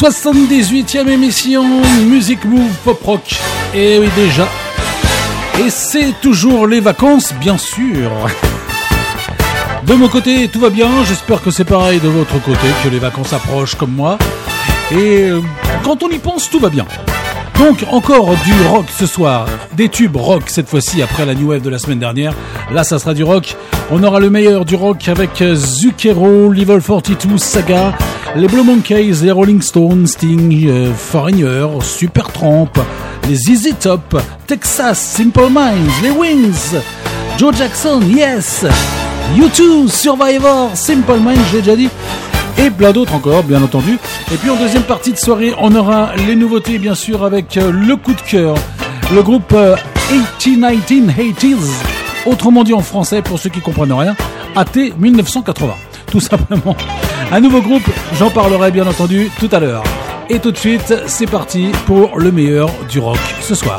78e émission Music Move Pop Rock. Et oui, déjà. Et c'est toujours les vacances, bien sûr. De mon côté, tout va bien. J'espère que c'est pareil de votre côté, que les vacances approchent comme moi. Et quand on y pense, tout va bien. Donc, encore du rock ce soir. Des tubes rock cette fois-ci, après la New Wave de la semaine dernière. Là, ça sera du rock. On aura le meilleur du rock avec Zucchero, Level 42, Saga, les Blue Monkeys, les Rolling Stones, Sting, Foreigner, Supertramp, les ZZ Top, Texas, Simple Minds, les Wings, Joe Jackson, Yes, U2, Survivor, Simple Minds, je l'ai déjà dit, et plein d'autres encore, bien entendu. Et puis en deuxième partie de soirée, on aura les nouveautés, bien sûr, avec le coup de cœur, le groupe 1980s, autrement dit en français, pour ceux qui comprennent rien, AT 1980, tout simplement. Un nouveau groupe, j'en parlerai bien entendu tout à l'heure. Et tout de suite, c'est parti pour le meilleur du rock ce soir.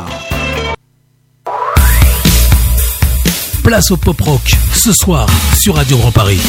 Place au pop rock ce soir sur Radio Grand Paris.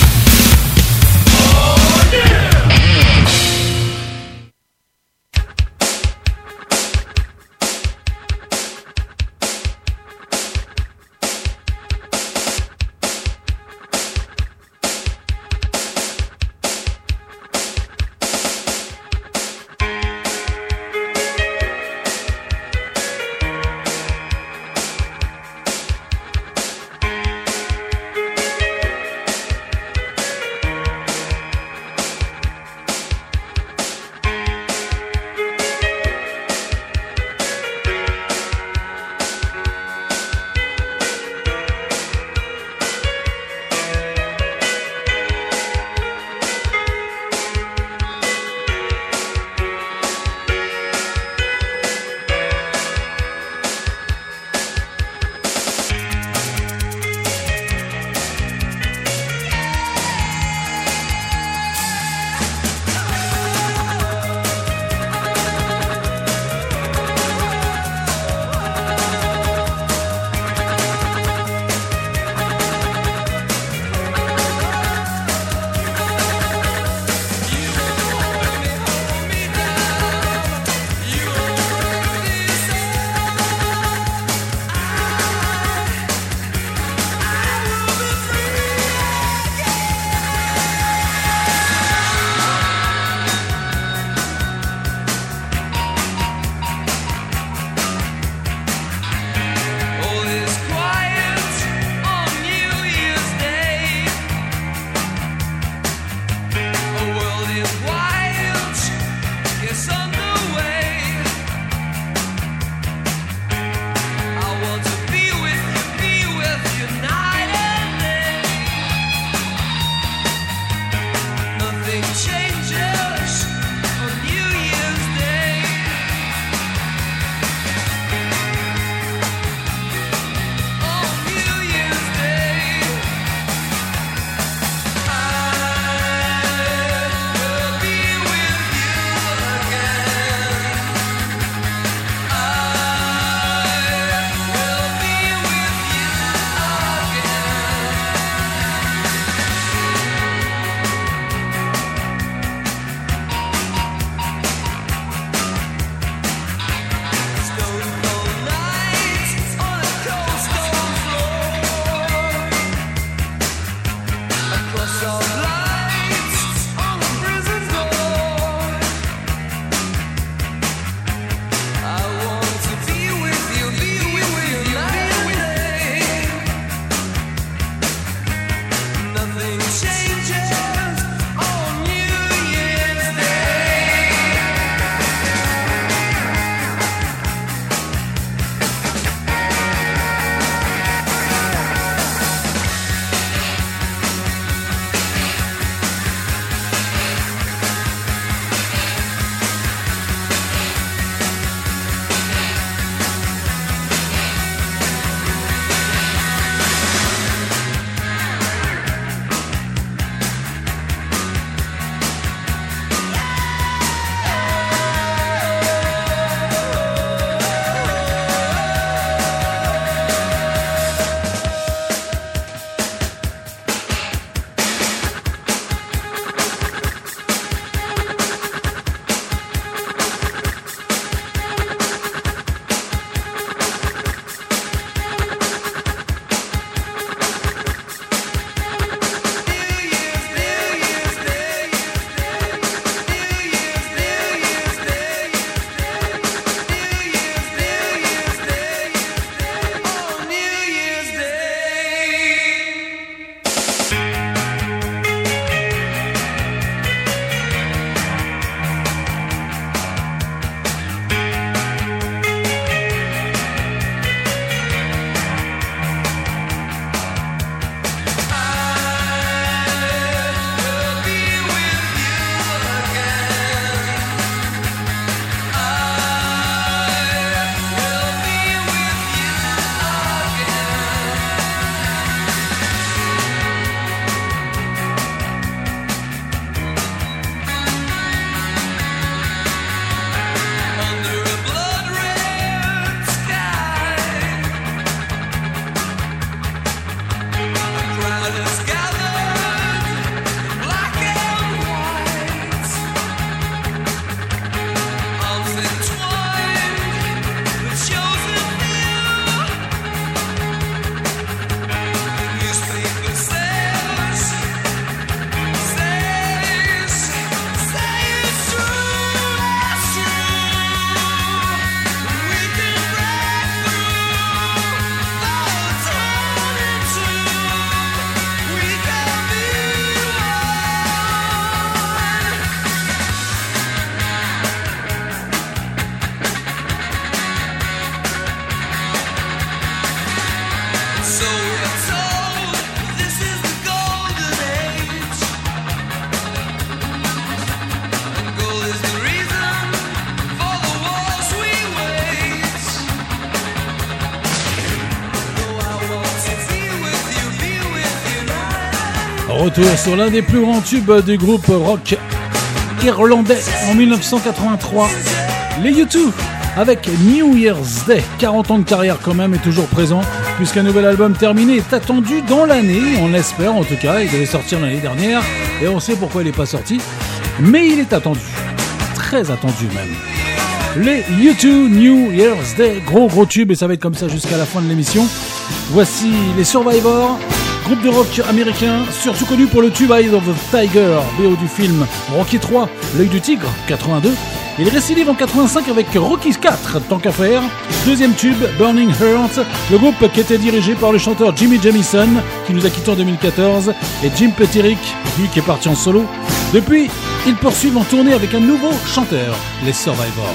Retour sur l'un des plus grands tubes du groupe rock irlandais en 1983, les U2 avec New Year's Day. 40 ans de carrière quand même et toujours présent, puisqu'un nouvel album terminé est attendu dans l'année, on l'espère en tout cas. Il devait sortir l'année dernière et on sait pourquoi il n'est pas sorti, mais il est attendu, très attendu même. Les U2 New Year's Day, gros tube, et ça va être comme ça jusqu'à la fin de l'émission. Voici les Survivors, groupe de rock américain, surtout connu pour le tube Eye of the Tiger, BO du film Rocky 3, L'œil du tigre, 82. Il récidive en 85 avec Rocky 4, tant qu'à faire. Deuxième tube, Burning Heart, le groupe qui était dirigé par le chanteur Jimmy Jamison, qui nous a quittés en 2014, et Jim Peterick, lui qui est parti en solo. Depuis, ils poursuivent en tournée avec un nouveau chanteur, les Survivors.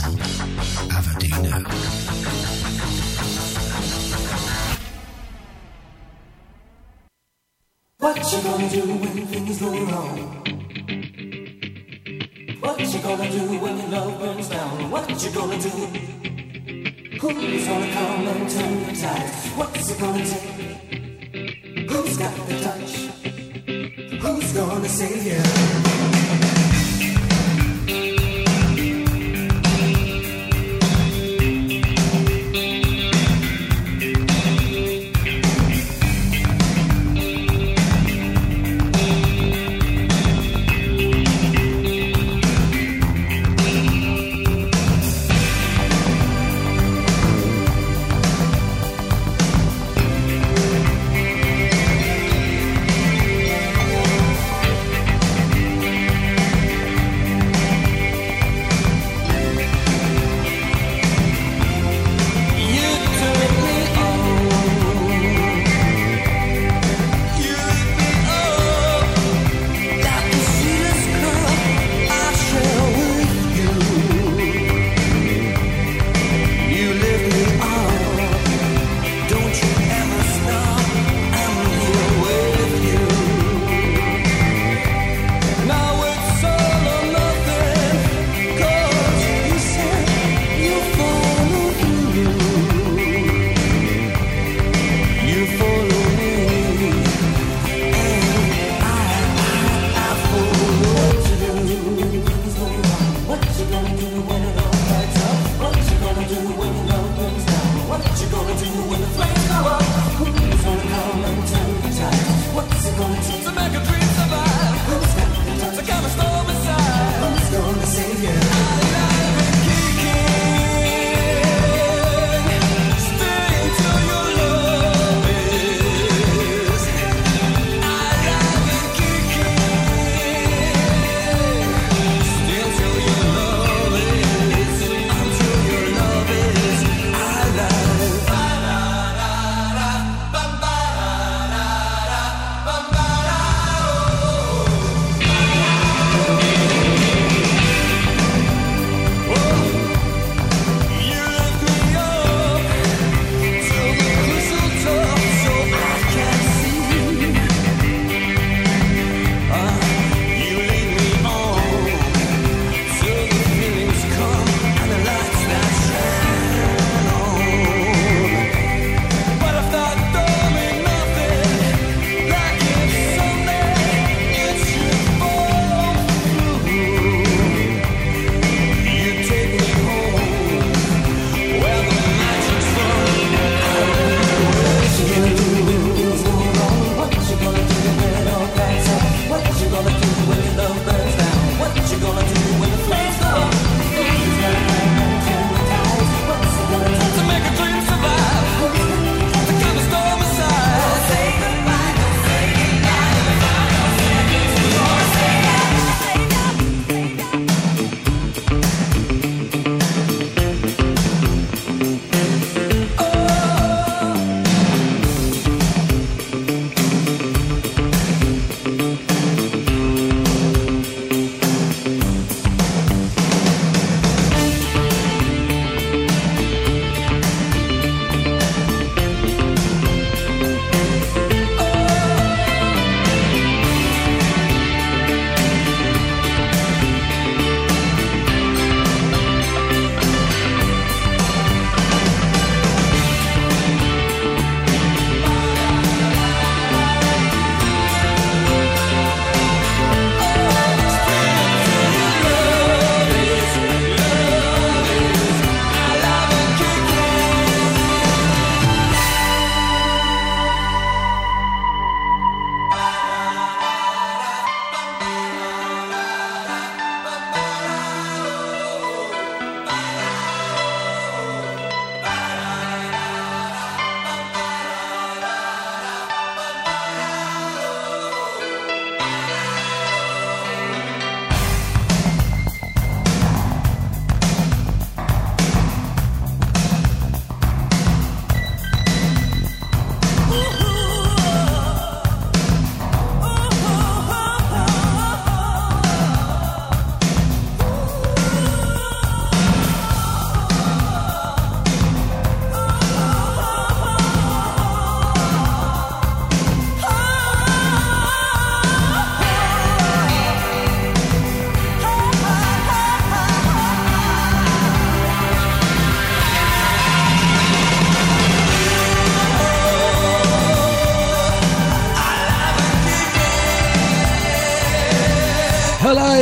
Avadino. What you gonna do when things go wrong? What you gonna do when your love burns down? What you gonna do? Who's gonna come and turn the tide? What's it gonna take? Who's got the touch? Who's gonna save you?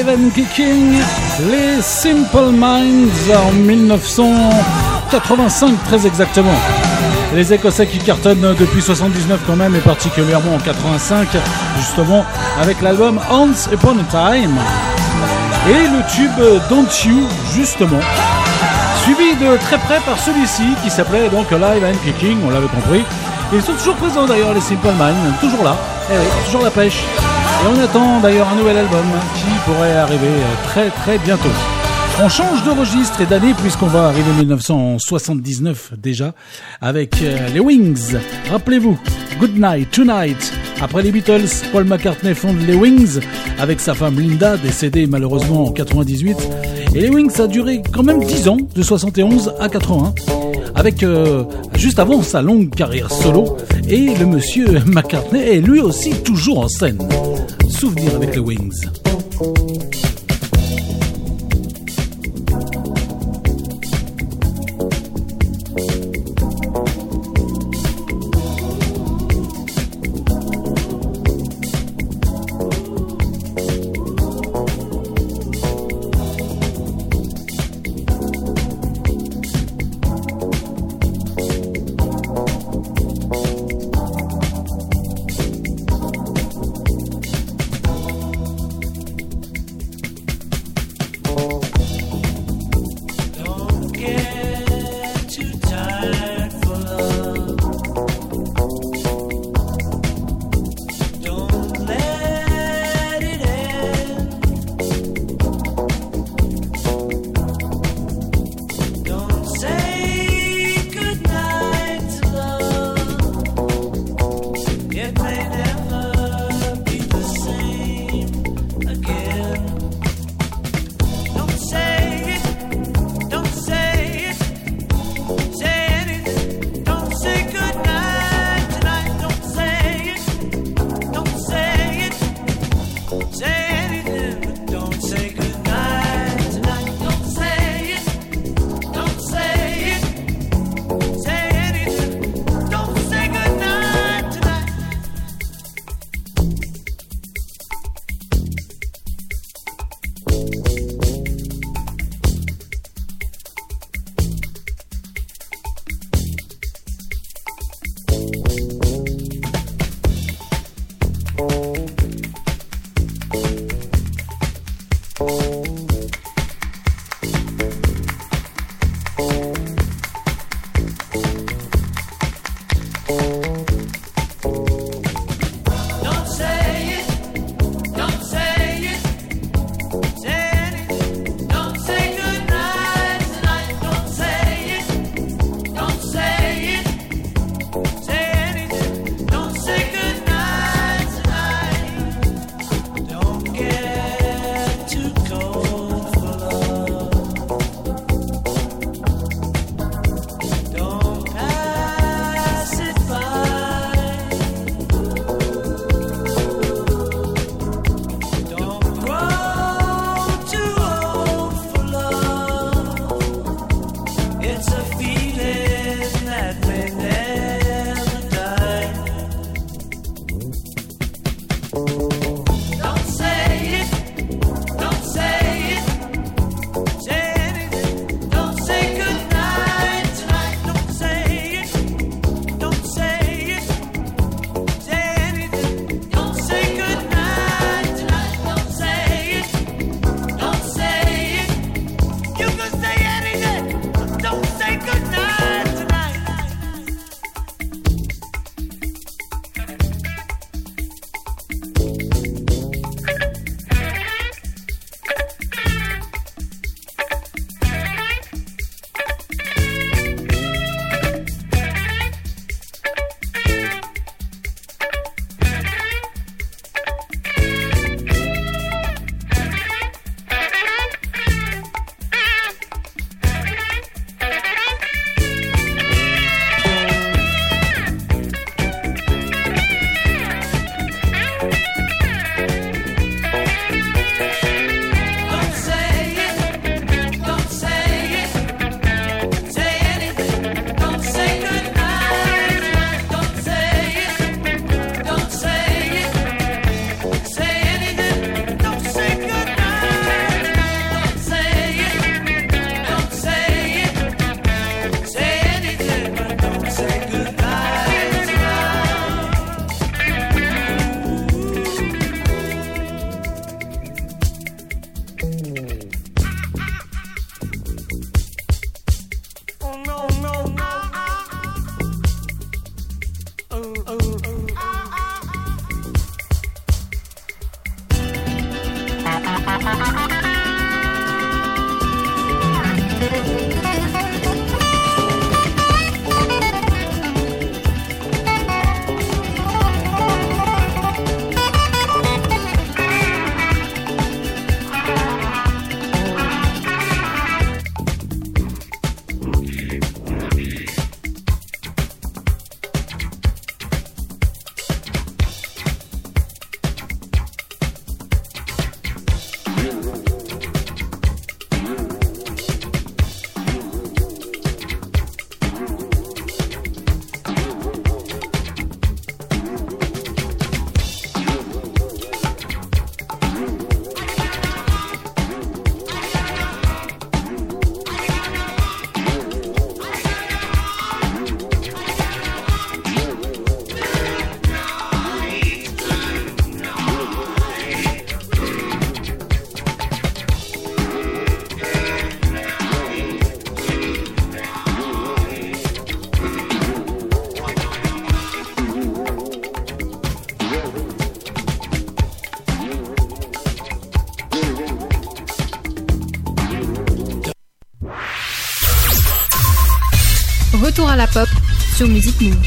Alive and Kicking, les Simple Minds en 1985 très exactement. Les Écossais qui cartonnent depuis 79 quand même, et particulièrement en 85, justement avec l'album Once Upon a Time. Et le tube Don't You, justement. Suivi de très près par celui-ci qui s'appelait donc Alive and Kicking, on l'avait compris. Ils sont toujours présents d'ailleurs, les Simple Minds, toujours là, oui, toujours la pêche. Et on attend d'ailleurs un nouvel album qui pourrait arriver très très bientôt. On change de registre et d'année puisqu'on va arriver en 1979 déjà avec les Wings. Rappelez-vous, Good Night Tonight. Après les Beatles, Paul McCartney fonde les Wings avec sa femme Linda, décédée malheureusement en 98. Et les Wings a duré quand même 10 ans, de 71 à 80, avec juste avant sa longue carrière solo. Et le monsieur McCartney est lui aussi toujours en scène. Souvenir avec les Wings. Retour à la pop sur Music Move.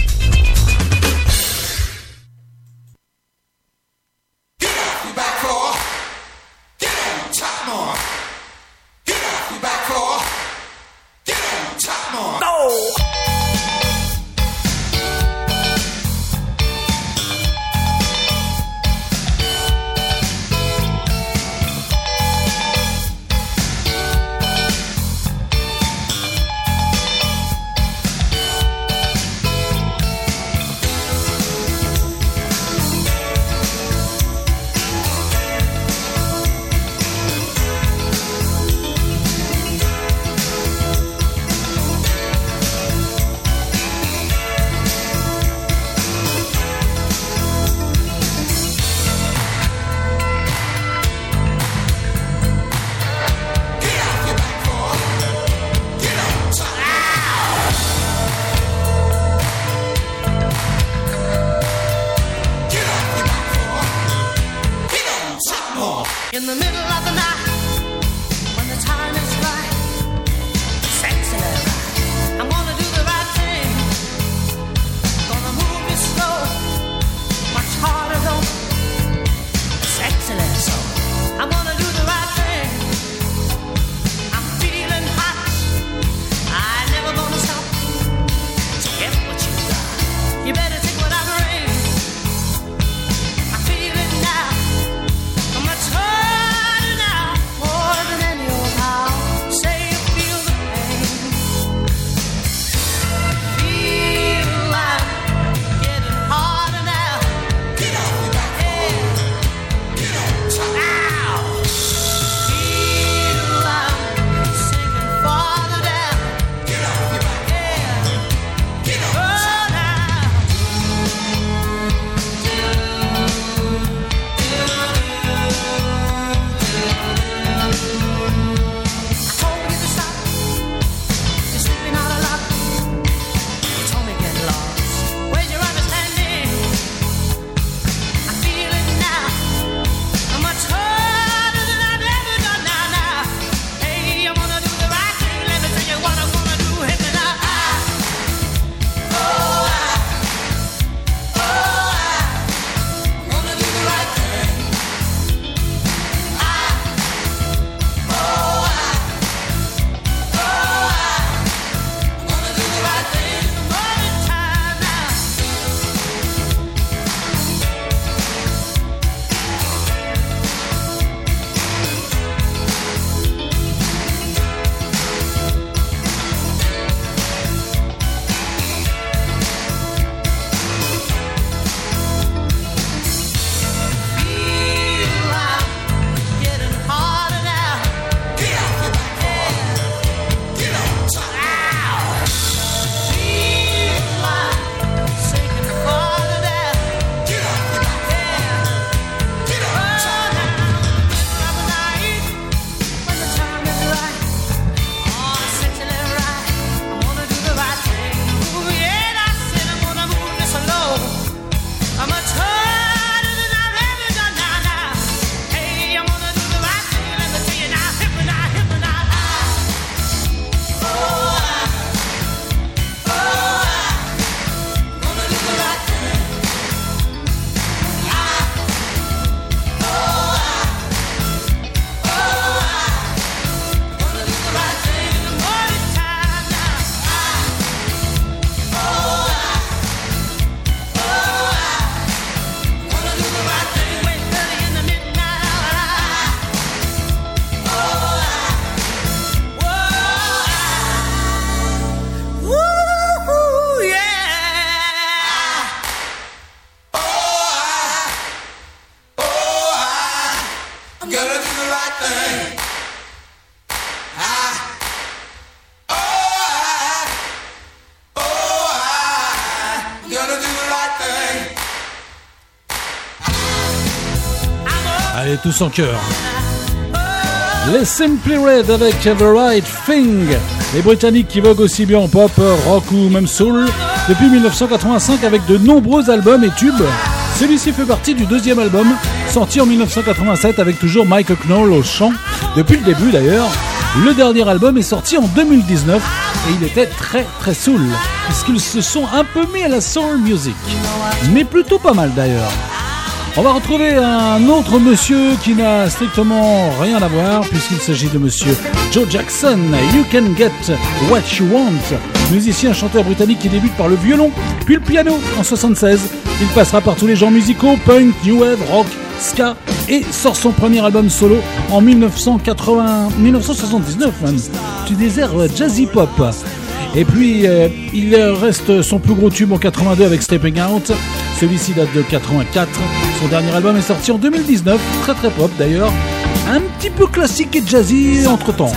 Allez, tous en chœur. Les Simply Red avec The Right Thing. Les Britanniques qui voguent aussi bien en pop, rock ou même soul depuis 1985 avec de nombreux albums et tubes. Celui-ci fait partie du deuxième album sorti en 1987 avec toujours Mike Knoll au chant depuis le début d'ailleurs. Le dernier album est sorti en 2019 et il était très très soul, puisqu'ils se sont un peu mis à la soul music, mais plutôt pas mal d'ailleurs. On va retrouver un autre monsieur qui n'a strictement rien à voir, puisqu'il s'agit de monsieur Joe Jackson. You Can Get What You Want, musicien chanteur britannique qui débute par le violon puis le piano en 76. Il passera par tous les genres musicaux, punk, new wave, rock, ska, et sort son premier album solo en 1979 même. Tu des airs jazzy pop. Et puis il reste son plus gros tube en 82 avec Stepping Out. Celui-ci date de 84. Son dernier album est sorti en 2019, très très pop d'ailleurs, un petit peu classique et jazzy entre temps.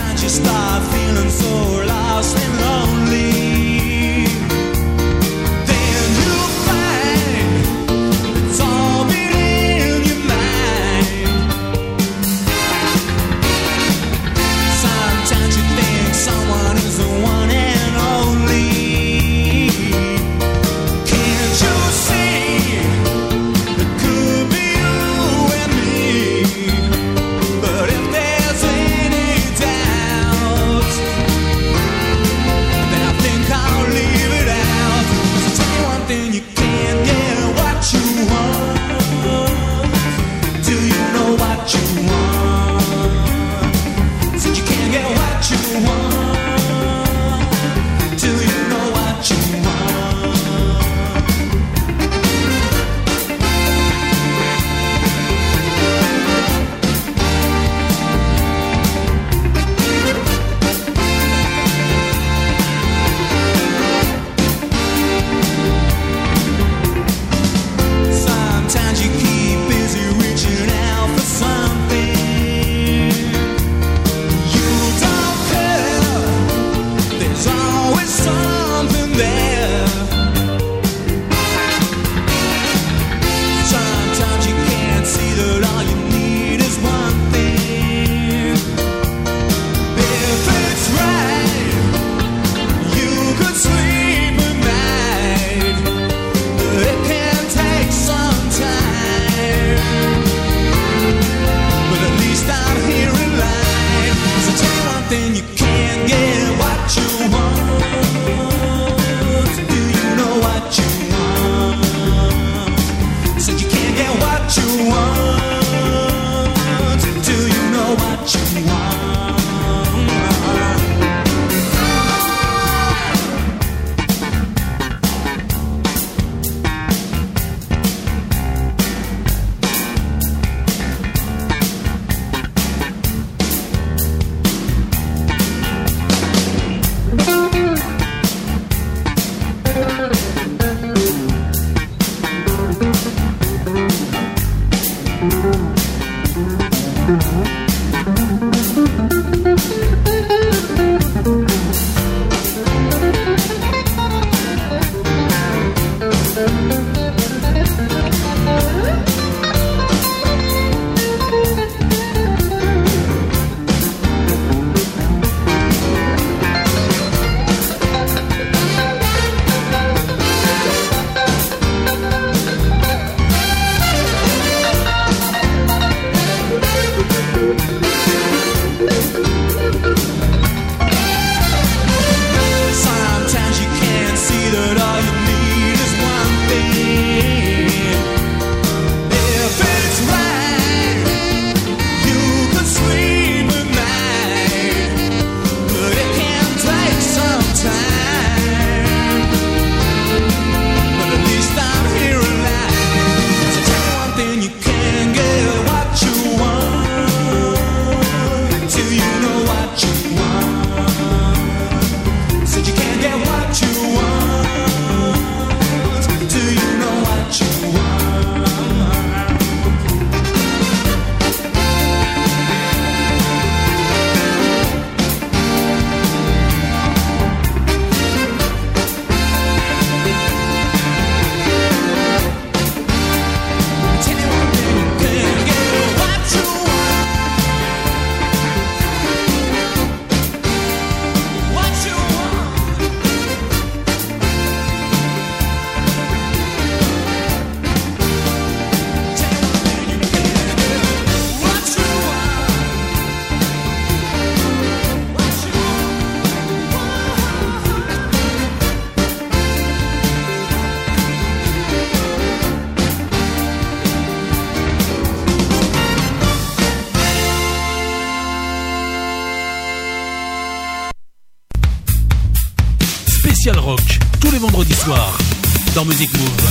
spécial rock, tous les vendredis soirs, dans Music Move.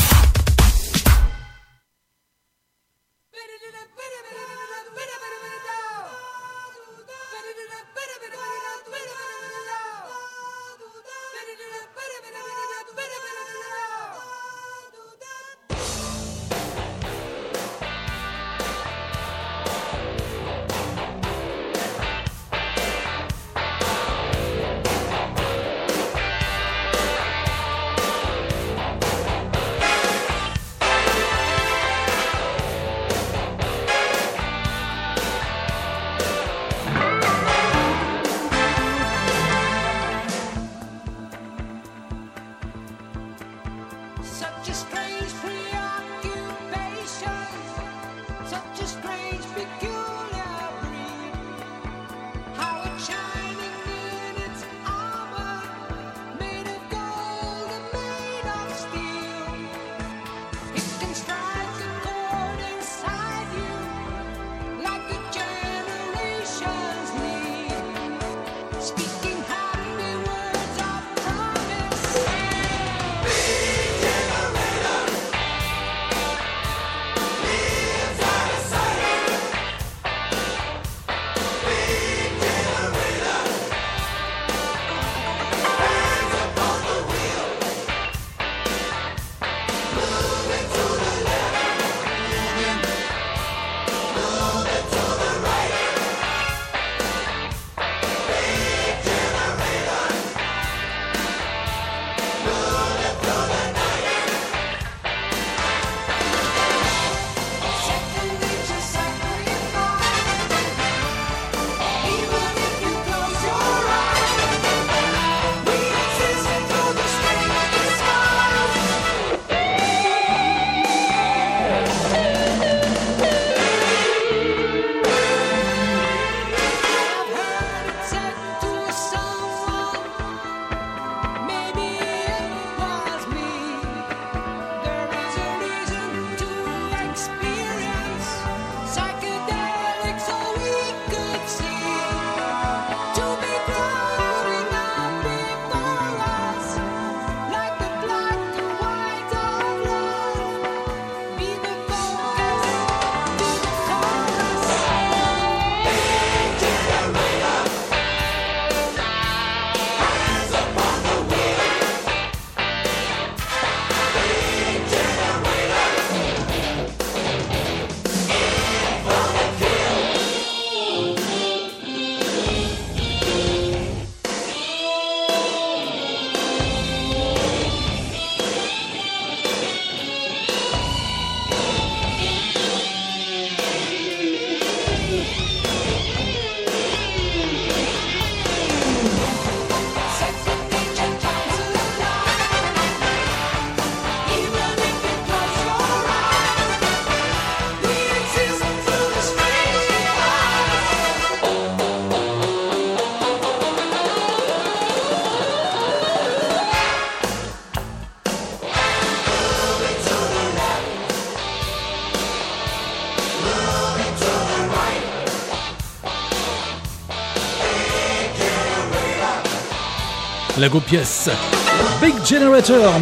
La go pièce Big Generator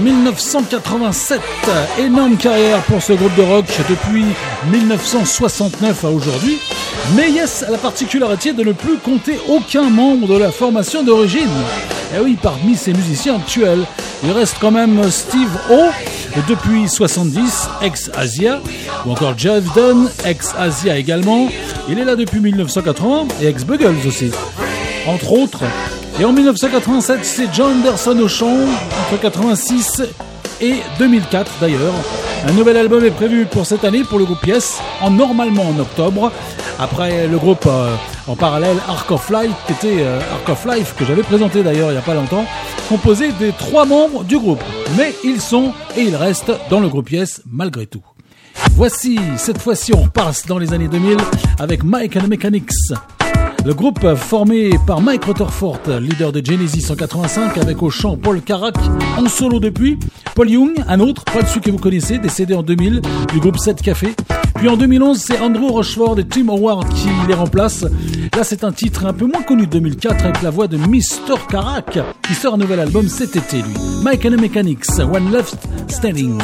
1987, énorme carrière pour ce groupe de rock depuis 1969 à aujourd'hui. Mais Yes a la particularité de ne plus compter aucun membre de la formation d'origine. Et oui, parmi ces musiciens actuels, il reste quand même Steve O depuis 70, ex-Asia, ou encore Jeff Dunn, ex-Asia également. Il est là depuis 1980 et ex-Buggles aussi, entre autres. Et en 1987, c'est John Anderson au chant, entre 86 et 2004 d'ailleurs. Un nouvel album est prévu pour cette année pour le groupe Yes, normalement en octobre. Après le groupe en parallèle Arc of Life, qui était Arc of Life, que j'avais présenté d'ailleurs il n'y a pas longtemps, composé des 3 membres du groupe. Mais ils sont et ils restent dans le groupe Yes malgré tout. Voici, cette fois-ci on repasse dans les années 2000 avec Mike and the Mechanics. Le groupe formé par Mike Rutherford, leader de Genesis en 85, avec au chant Paul Carrack, en solo depuis, Paul Young, un autre, pas celui que vous connaissez, décédé en 2000, du groupe 7 Café, Puis en 2011, c'est Andrew Rochford et Tim Howard qui les remplacent. Là, c'est un titre un peu moins connu de 2004 avec la voix de Mr. Karak qui sort un nouvel album cet été, lui. Mike and the Mechanics, One Left Standing.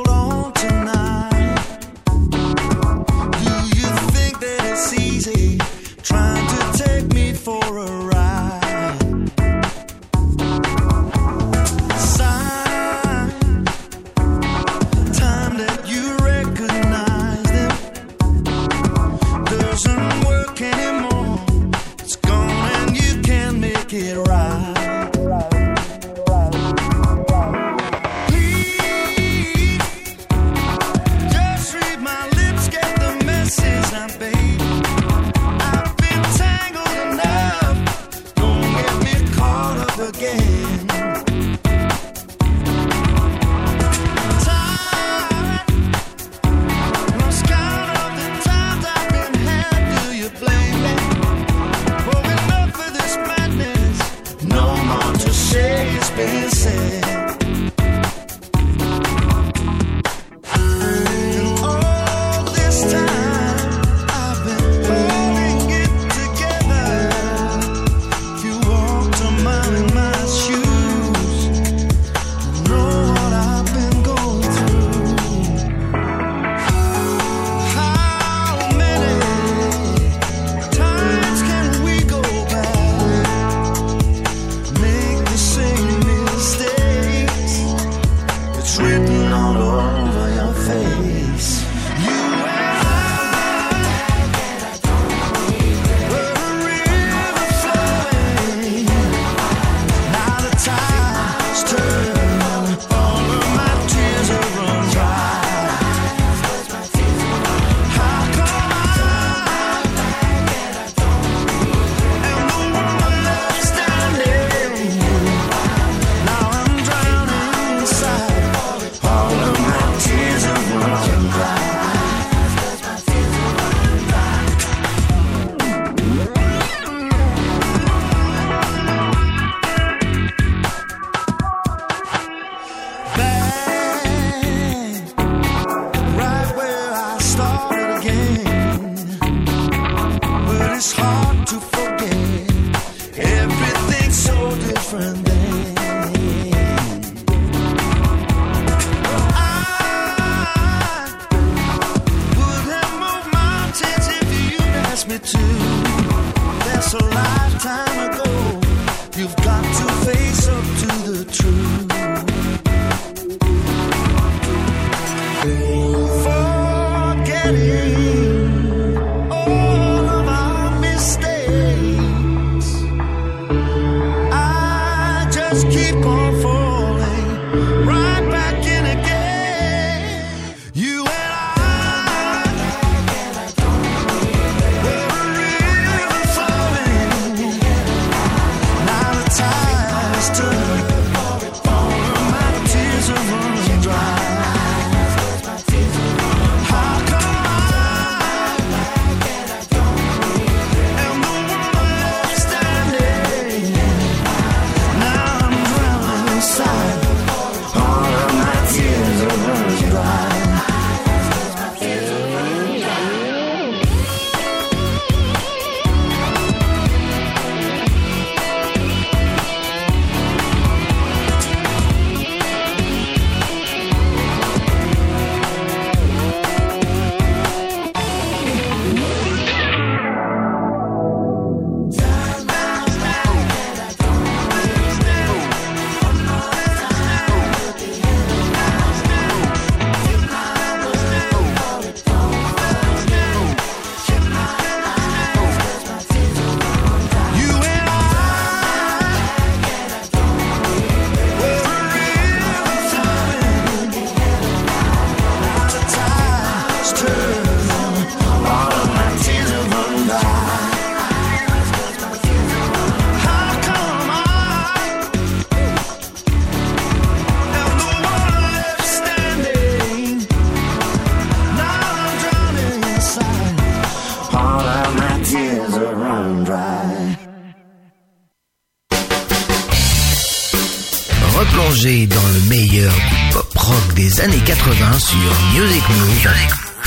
Replongez dans le meilleur du pop rock des années 80 sur Music Move avec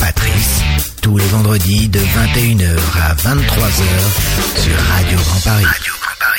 Patrice, tous les vendredis de 21h à 23h sur Radio Grand Paris. Radio Grand Paris.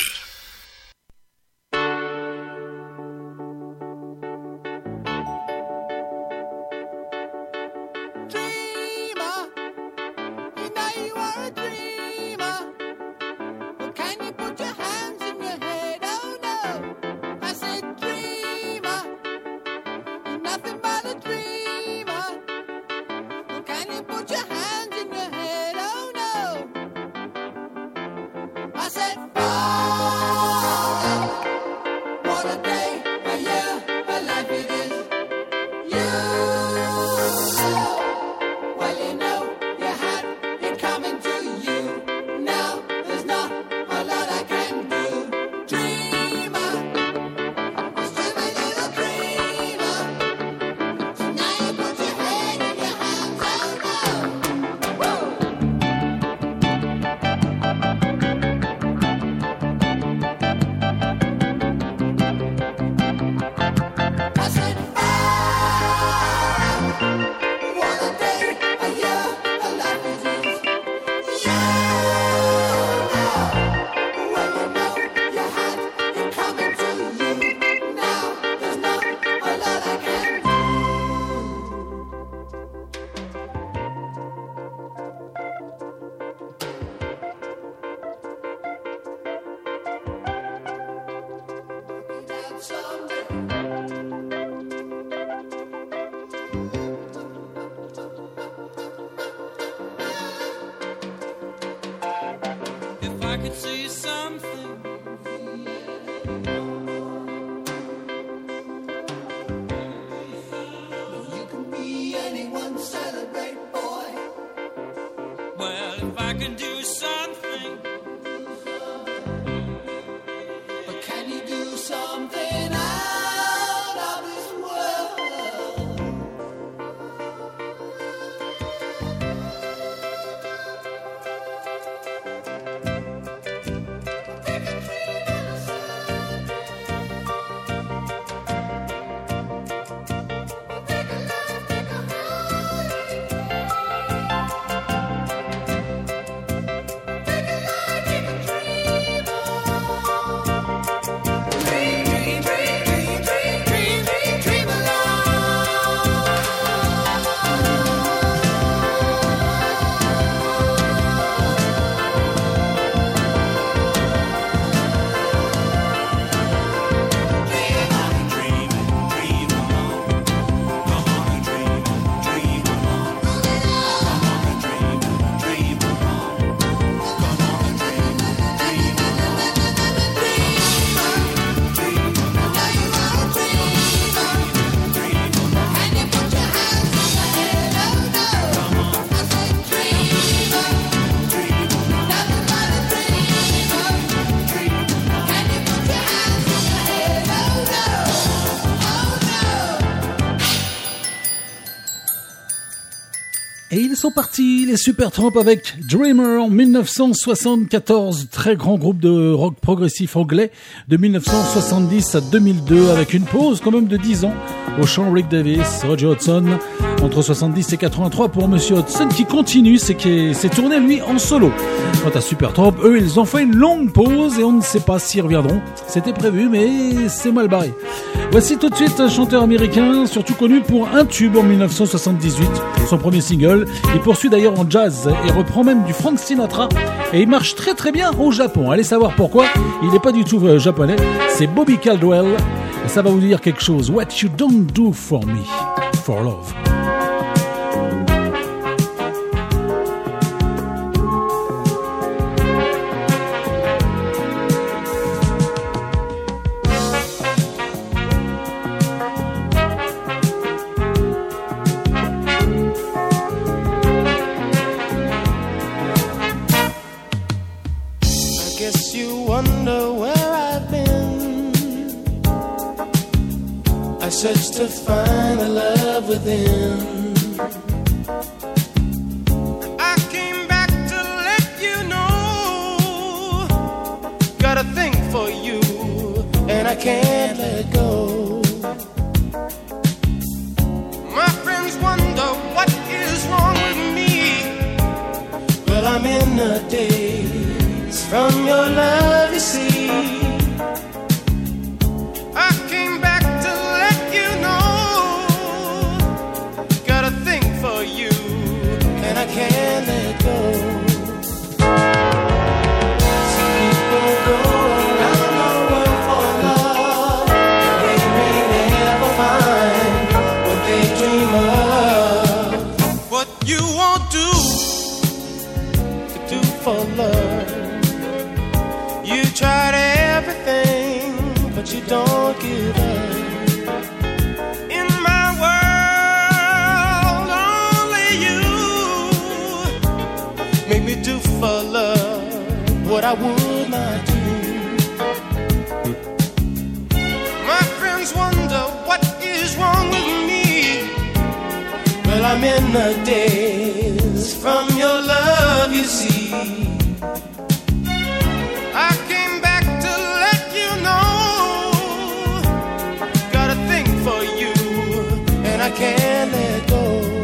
Et ils sont partis, les Supertramp, avec Dreamer en 1974, très grand groupe de rock progressif anglais, de 1970 à 2002, avec une pause quand même de 10 ans au chant Rick Davis, Roger Hodgson, entre 70 et 83 pour Monsieur Hodgson, qui continue, c'est tourné lui en solo. Quant à Supertramp, eux, ils ont fait une longue pause et on ne sait pas s'ils reviendront. C'était prévu, mais c'est mal barré. Voici tout de suite un chanteur américain, surtout connu pour un tube en 1978, son premier single. Il poursuit d'ailleurs en jazz et reprend même du Frank Sinatra, et il marche très très bien au Japon. Allez savoir pourquoi, il n'est pas du tout japonais, c'est Bobby Caldwell, et ça va vous dire quelque chose. What you don't do for me, for love. Search to find the love within. I came back to let you know, got a thing for you, and I can't let go. My friends wonder what is wrong with love, you see. I came back to let you know. Got a thing for you, and I can't let go. Some people go around the world for love, and they may never find what they dream of. What you won't do to do for love. You tried everything, but you don't give up. In my world, only you make me do for love what I would not do. My friends wonder what is wrong with me. Well, I'm in the days from your love, you see. I came back to let you know. Got a thing for you, and I can't let go.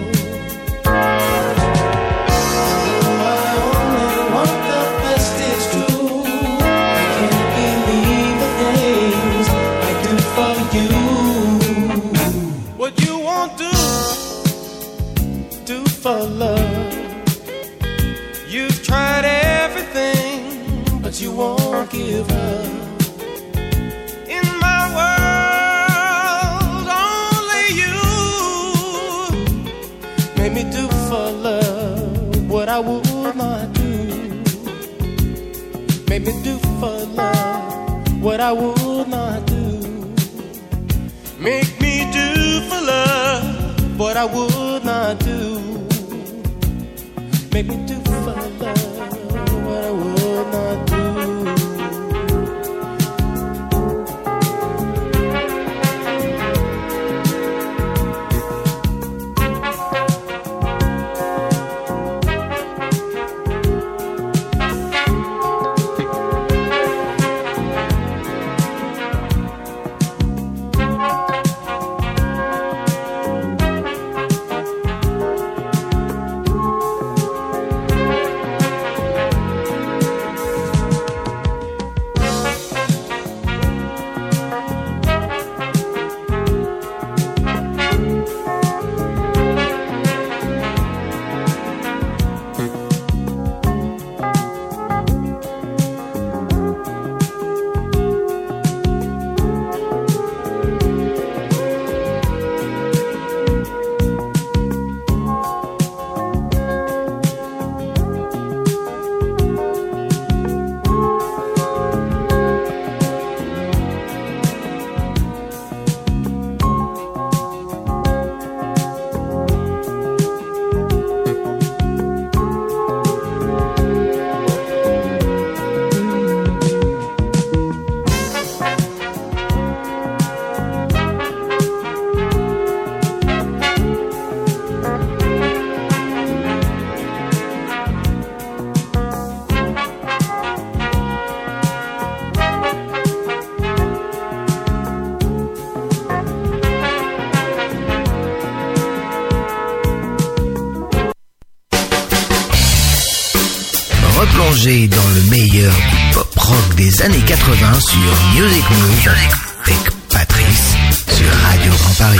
Though I only want the best, it's true. I can't believe the things I do for you. What you won't do for love. You've tried everything, but you won't give up. In my world, only you made me do for love what I would not do. Made me do for love what I would not do. Make me do for love what I would not do. Make me do for love what I would not do. Replongez dans le meilleur du pop rock des années 80 sur Music Move avec Patrice sur Radio Grand Paris.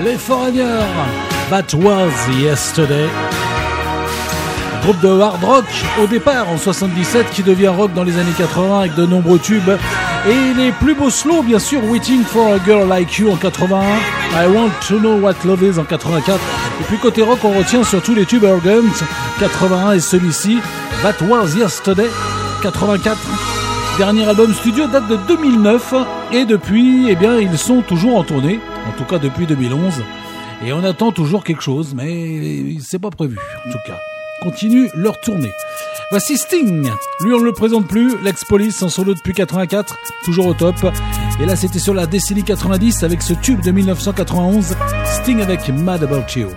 Les Foreigners, That Was Yesterday. Groupe de hard rock au départ en 77 qui devient rock dans les années 80 avec de nombreux tubes. Et les plus beaux slows, bien sûr, Waiting for a Girl Like You en 81, I Want to Know What Love Is en 84. Et puis côté rock, on retient surtout les tubes Organs 81 et celui-ci, That Was Yesterday 84. Dernier album studio date de 2009 et depuis, eh bien, ils sont toujours en tournée, en tout cas depuis 2011. Et on attend toujours quelque chose, mais c'est pas prévu, en tout cas. Continue leur tournée. Voici Sting. Lui, on ne le présente plus. L'ex-Police en solo depuis 84, toujours au top. Et là, c'était sur la décennie 90 avec ce tube de 1991, Sting avec Mad About You.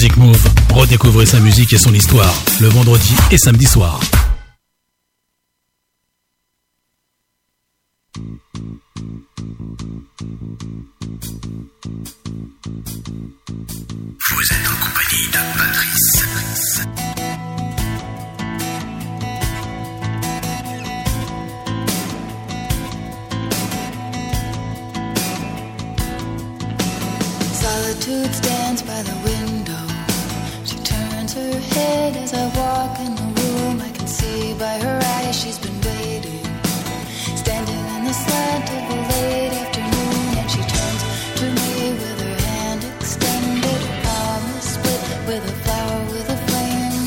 Music Move, redécouvrez sa musique et son histoire, le vendredi et samedi soir. Vous êtes en compagnie de Patrice. Solitude stands by the window. She turns her head as I walk in the room. I can see by her eyes she's been waiting, standing in the slant of a late afternoon. And she turns to me with her hand extended, her palm is split with a flower with a flame.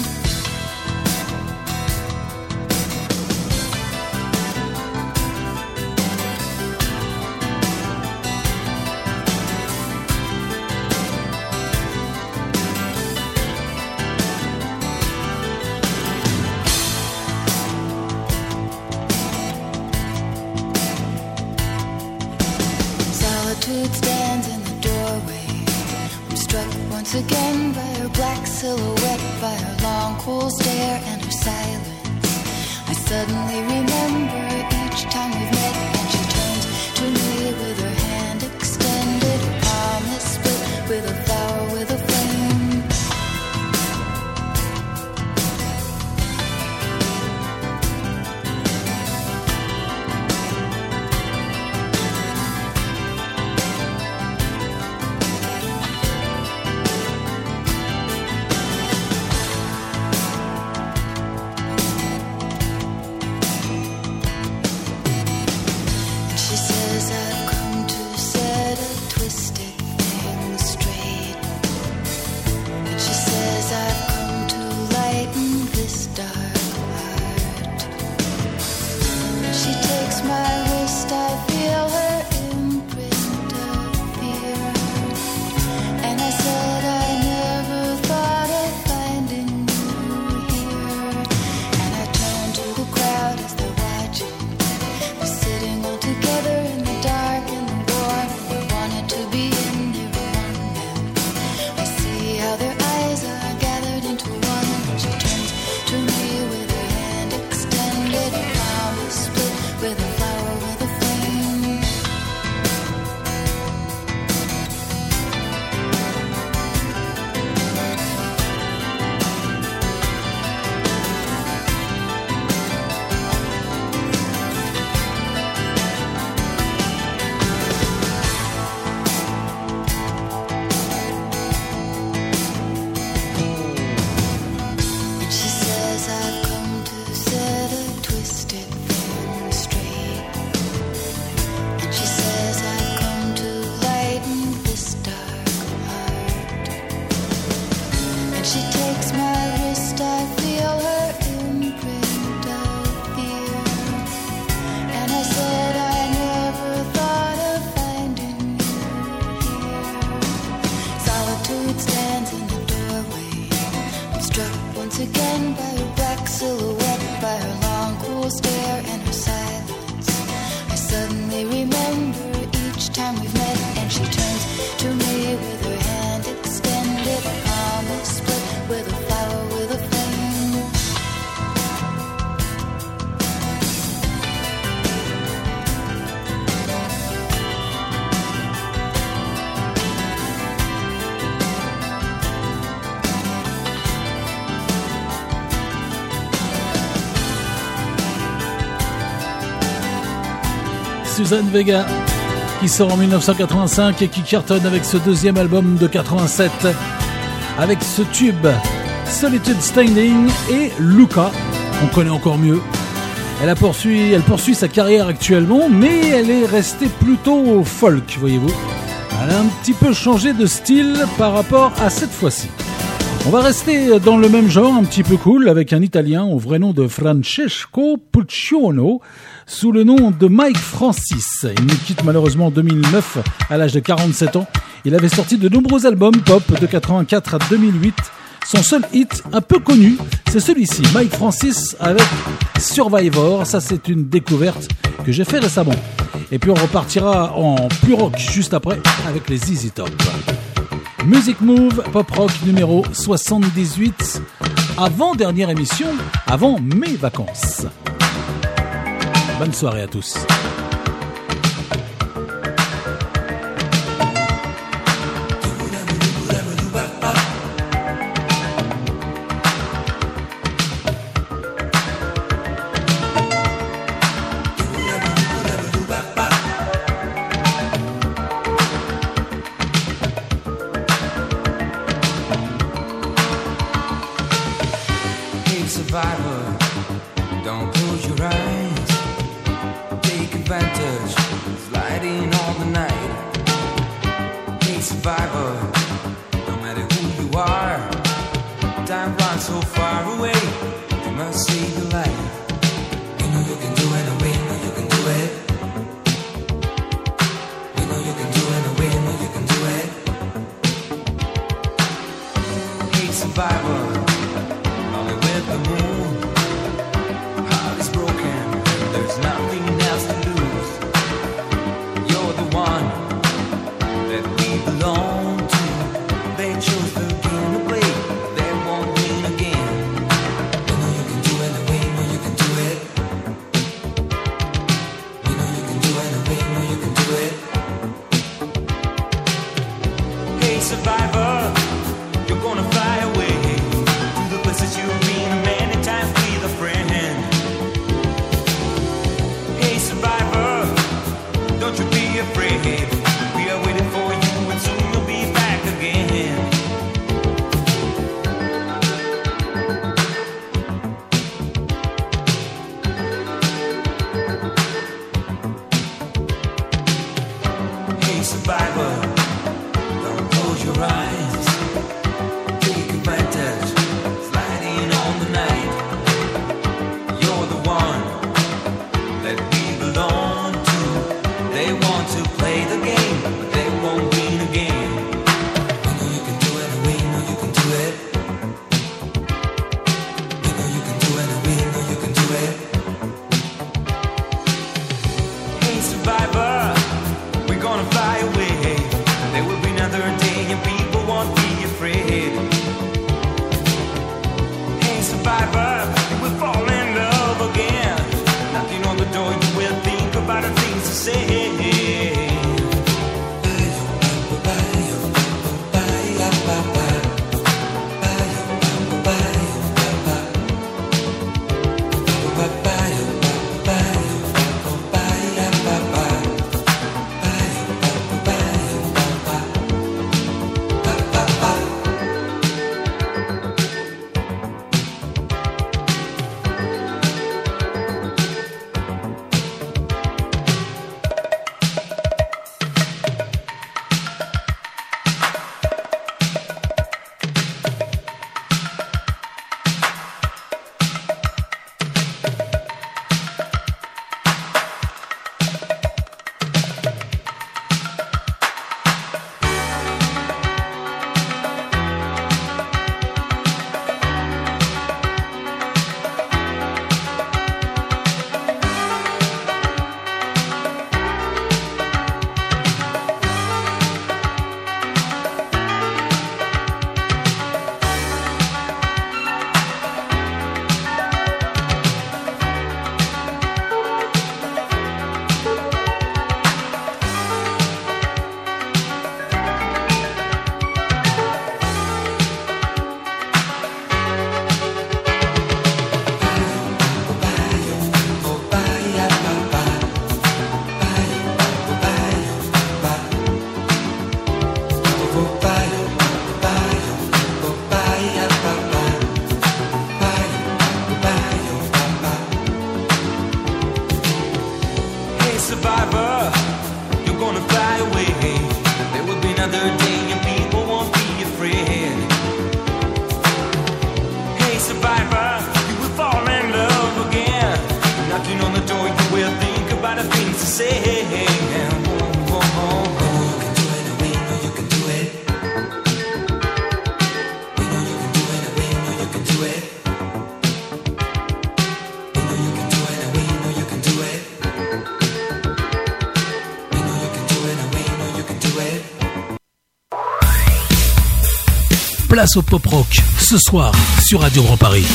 Solitude stands in the doorway. I'm struck once again by her black silhouette, by her long cool stare and her silence. I suddenly remember each time we've met, and she turns to me with her hand extended, her palm is split with a flower with a flame. She says I've come to set a twisted thing straight. And she says I've come to lighten this dark heart. She takes my wrist, I feel her imprint of fear. And I said I never thought of finding you here. And I turn to the crowd as they're watching. We're sitting all together in the dark and the warm. We wanted to be in there among them. I see how their eyes are gathered into one. And she turns to me with her hand extended, her palm is split with a flower with a flame. And she says I've come to set a twisted thing straight. And she says I've come to lighten this dark heart. And she takes my wrist, I feel her imprint of fear. And I said I never thought of finding you here. Solitude stands in the doorway. I'm struck once again by her black silhouette, by her long cool stare and her silence. I suddenly remember each time we've met, and she turns to me with her hand extended, her palm is split with a flower with a flame. Suzanne Vega, qui sort en 1985 et qui cartonne avec ce deuxième album de 87, avec ce tube Solitude Standing et Luca, on connaît encore mieux. Elle poursuit sa carrière actuellement, mais elle est restée plutôt folk, voyez-vous. Elle a un petit peu changé de style par rapport à cette fois-ci. On va rester dans le même genre, un petit peu cool, avec un Italien au vrai nom de Francesco Pucciano, sous le nom de Mike Francis. Il nous quitte malheureusement en 2009, à l'âge de 47 ans. Il avait sorti de nombreux albums pop de 84 à 2008. Son seul hit un peu connu, c'est celui-ci, Mike Francis avec Survivor. Ça, c'est une découverte que j'ai fait récemment. Et puis on repartira en plus rock juste après avec les ZZ Top. Music Move, Pop Rock numéro 78, avant-dernière émission, avant mes vacances. Bonne soirée à tous. place au pop rock ce soir sur Radio Grand Paris.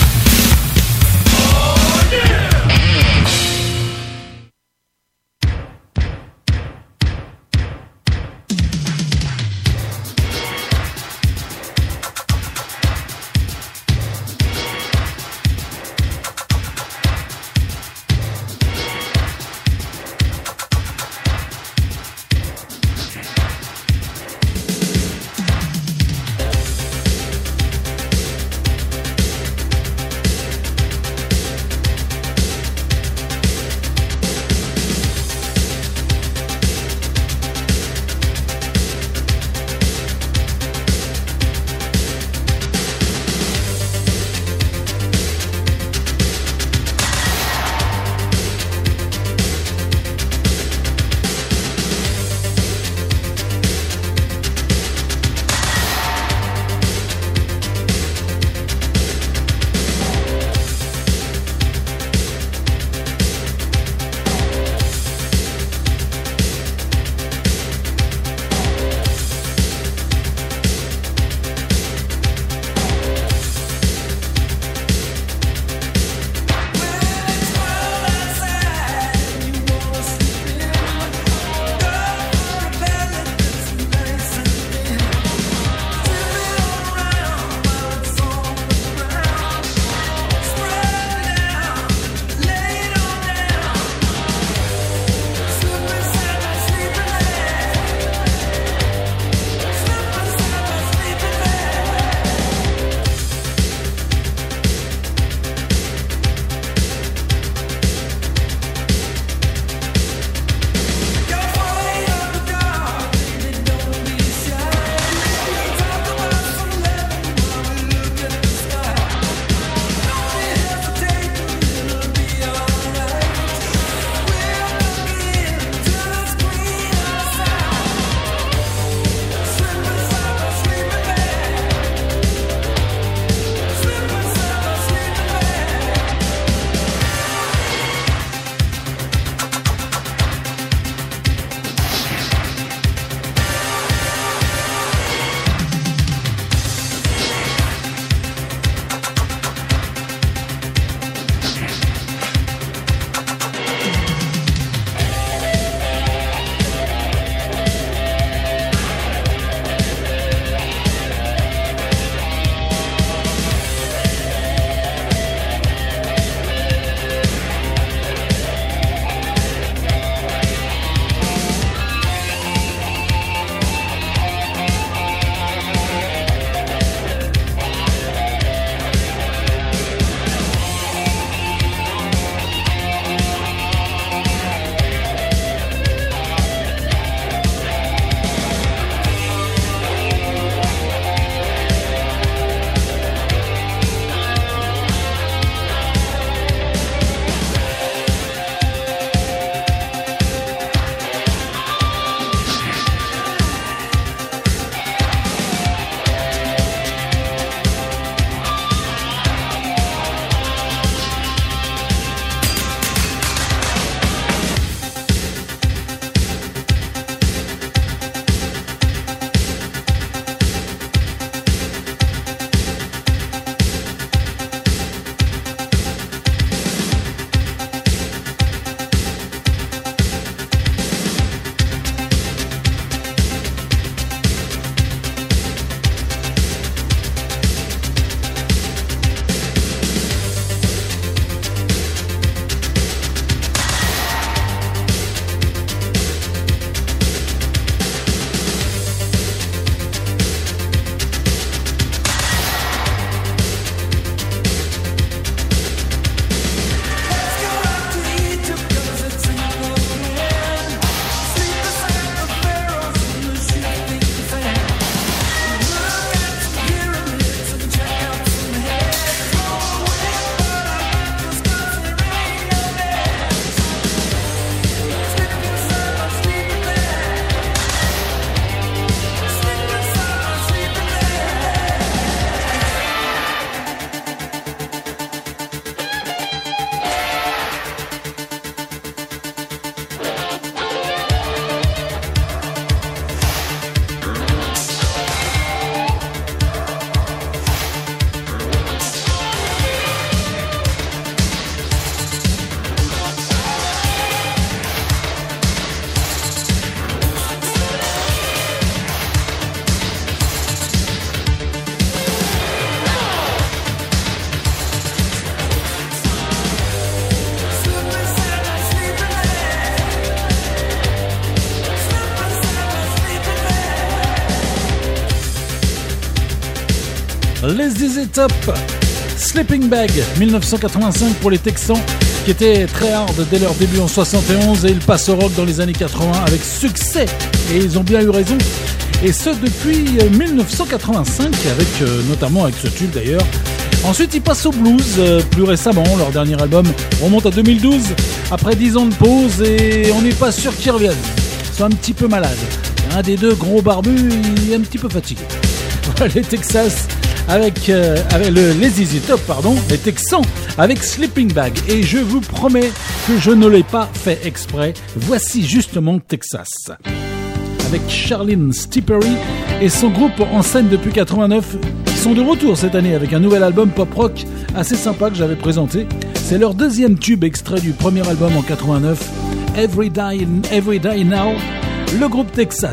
les ZZ Top, Sleeping Bag, 1985 pour les Texans, qui étaient très hard dès leur début en 71 et ils passent au rock dans les années 80 avec succès, et ils ont bien eu raison, et ce depuis 1985, avec notamment avec ce tube d'ailleurs. Ensuite ils passent au blues, plus récemment, leur dernier album remonte à 2012, après 10 ans de pause, et on n'est pas sûr qu'ils reviennent, ils sont un petit peu malades. Un des deux gros barbus, il est un petit peu fatigué. Voilà les Texas avec les ZZ Top, les Texans avec Sleeping Bag. Et je vous promets que je ne l'ai pas fait exprès. Voici justement Texas. Avec Charlene Stippery et son groupe en scène depuis 89, qui sont de retour cette année avec un nouvel album pop-rock assez sympa que j'avais présenté. C'est leur deuxième tube extrait du premier album en 89, Every Day Now, le groupe Texas.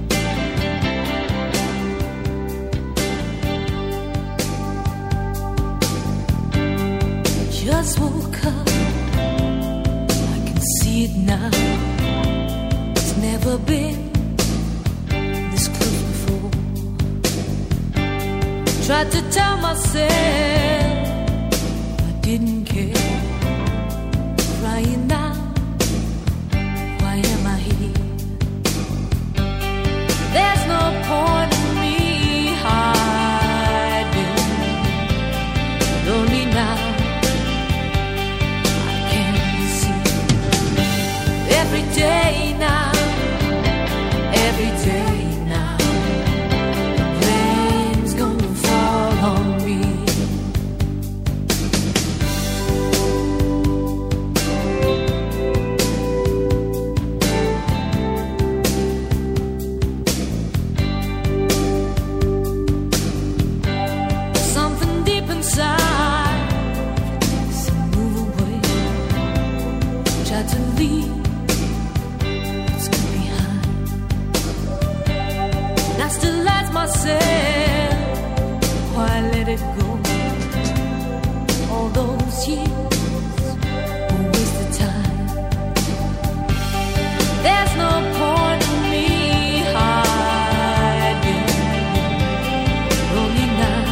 Just woke up, I can see it now. It's never been this close before. Tried to tell myself I didn't care. Crying now, why am I here? There's no point in me hiding. Lonely now, I can see. Every day now, every day now, the rain's gonna fall on me. Something deep inside said move away. Tried to leave what's good behind. And I still ask myself why let it go. All those years were wasted time. There's no point in me hiding. Only now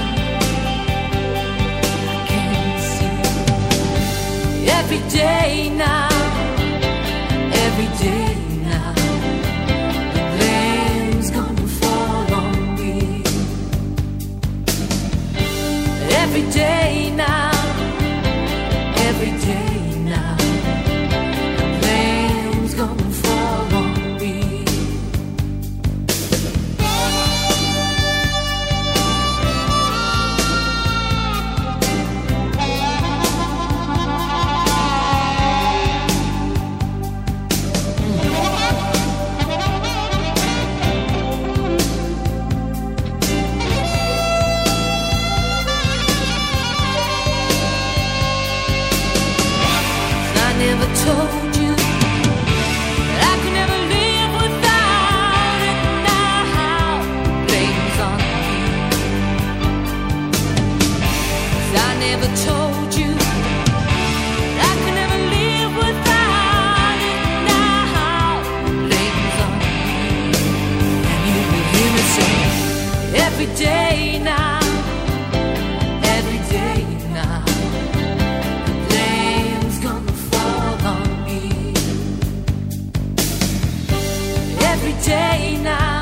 I can see. Every day now, every day now, the blame's gonna fall on me. Every day now, every day now, the blame's gonna fall on me. I never told you that I could never live without it. Now blame's on me. 'Cause I never told you that I could never live without it. Now blame's on me. And you will hear me say every day now, every day now, the blame's gonna fall on me. Every day now,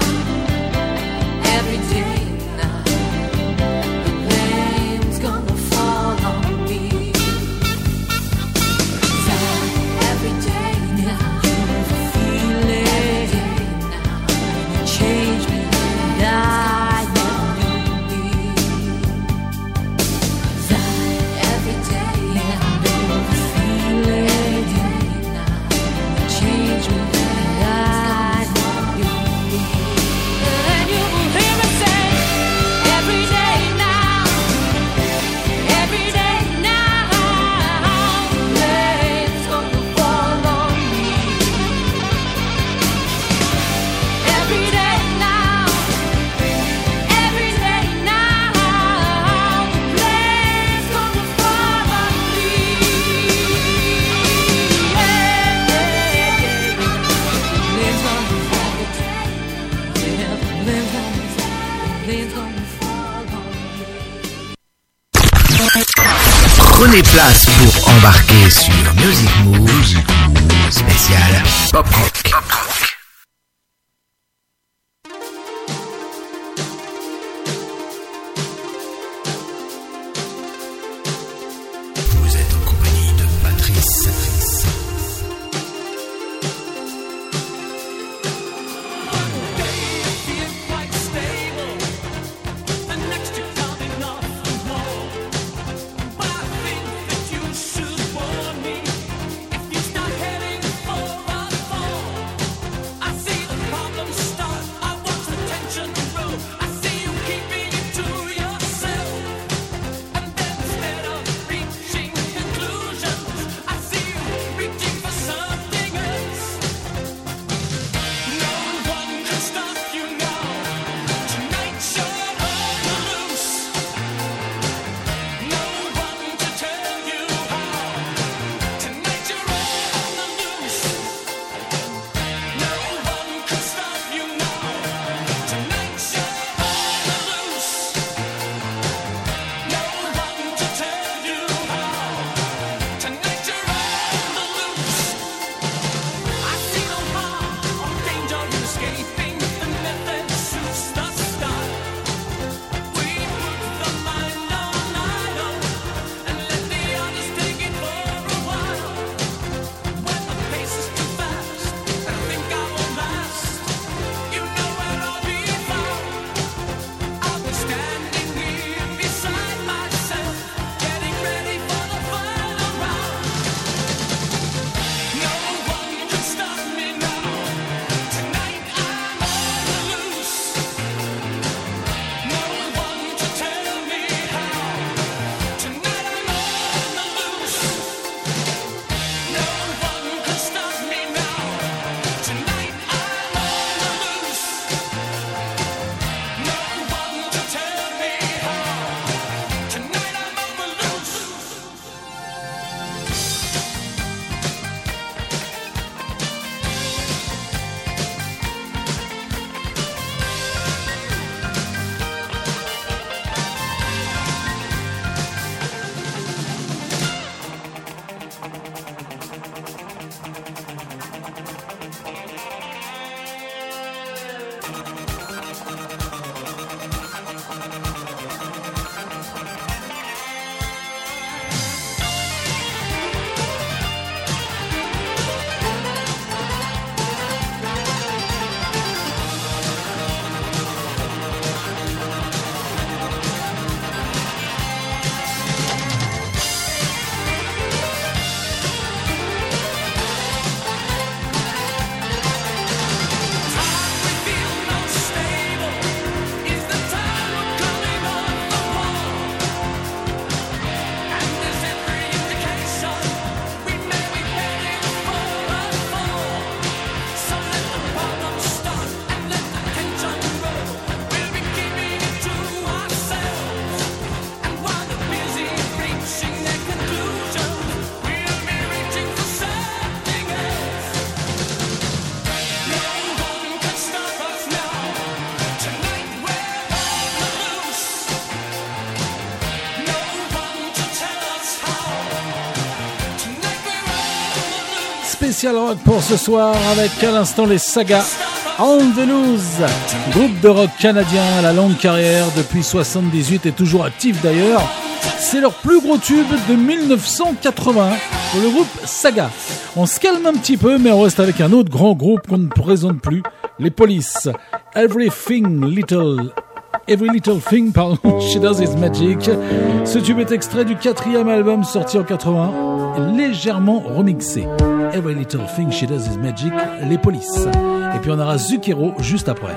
every day now, the blame's gonna fall on me. Prenez place pour embarquer sur Music Move spécial Pop Rock. Vous êtes en compagnie de Patrice. Spécial rock pour ce soir avec à l'instant les Sagas On the Loose, groupe de rock canadien à la longue carrière depuis 78 et toujours actif d'ailleurs. C'est leur plus gros tube de 1980 pour le groupe Saga. On se calme un petit peu mais on reste avec un autre grand groupe qu'on ne présente plus, les Police. Every Little Thing, pardon, She Does Is Magic. Ce tube est extrait du 4e album sorti en 80, légèrement remixé. Every Little Thing, She Does Is Magic, les Police. Et puis on aura Zucchero juste après.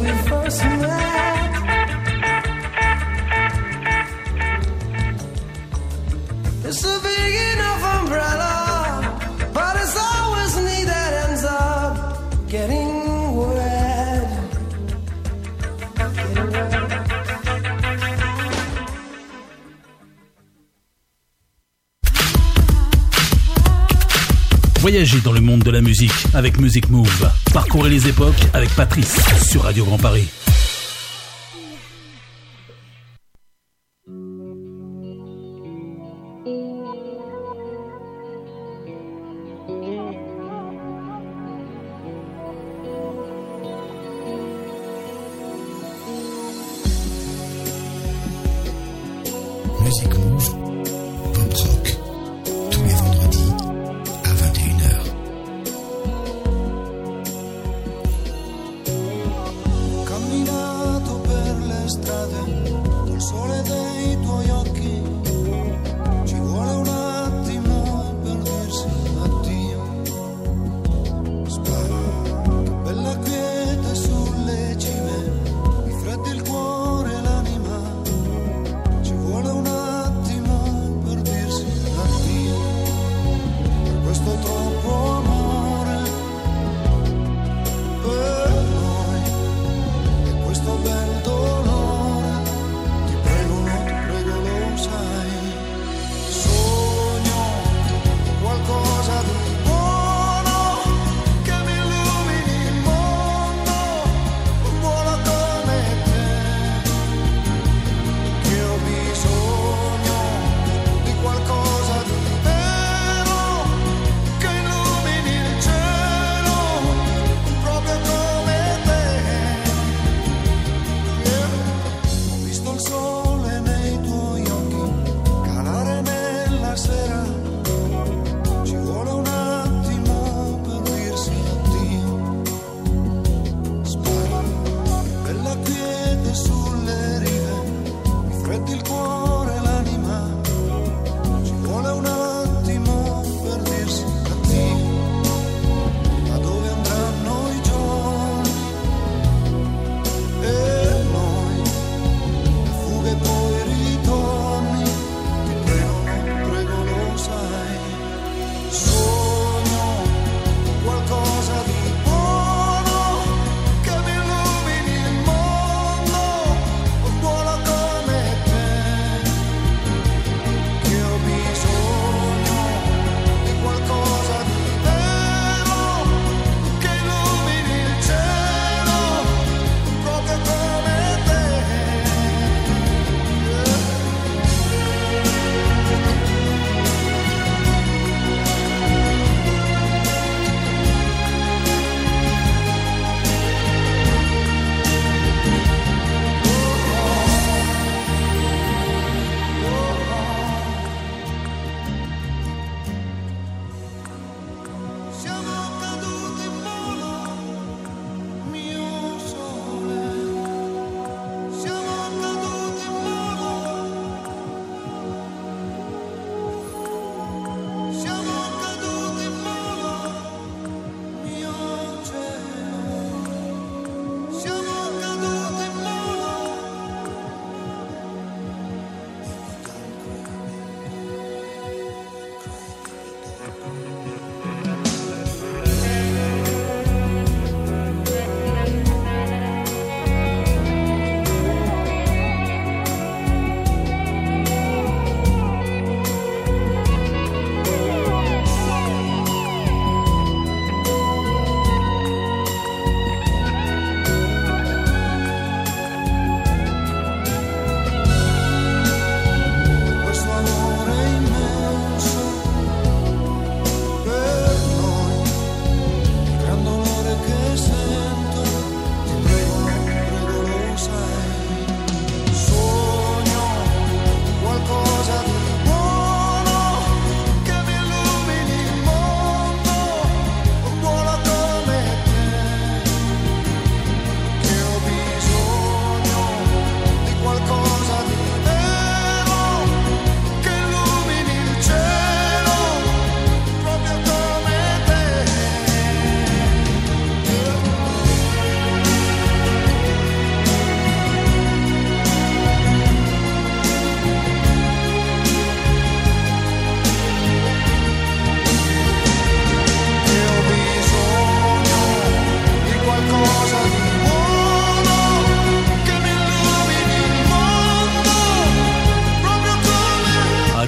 we first met. It's a big enough umbrella, but it's always me that ends up getting wet. Getting wet. Voyagez dans le monde de la musique avec Music Move. Parcourez les époques avec Patrice sur Radio Grand Paris. Music Move, pop rock, tous les vendredis à 21h. Camminato per le strade col sole dei tuoi occhi, ci vuole un attimo per dirsi addio. Sparo, che bella quiete sulle cime, mi freddi il cuore e l'anima, ci vuole un attimo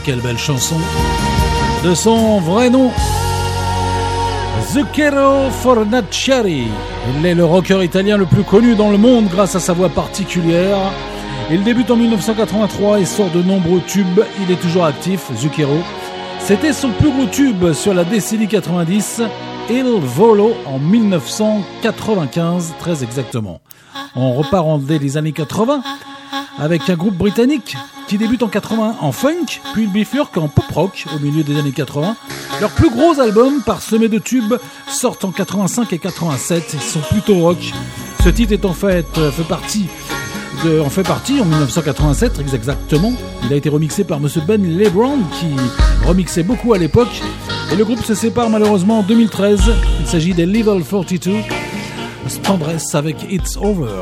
quelle belle chanson. De son vrai nom, Zucchero Fornaciari. Il est le rocker italien le plus connu dans le monde grâce à sa voix particulière. Il débute en 1983 et sort de nombreux tubes. Il est toujours actif, Zucchero. C'était son plus gros tube sur la décennie 90, Il Volo, en 1995, très exactement. On repart dès les années 80 avec un groupe britannique qui débute en 81 en funk, puis il bifurque en pop-rock au milieu des années 80. Leurs plus gros albums, parsemés de tubes, sortent en 85 et 87. Ils sont plutôt rock. Ce titre est en fait en 1987 exactement. Il a été remixé par Monsieur Ben LeBron qui remixait beaucoup à l'époque. Et le groupe se sépare malheureusement en 2013. Il s'agit des Level 42. Tendresse avec It's Over.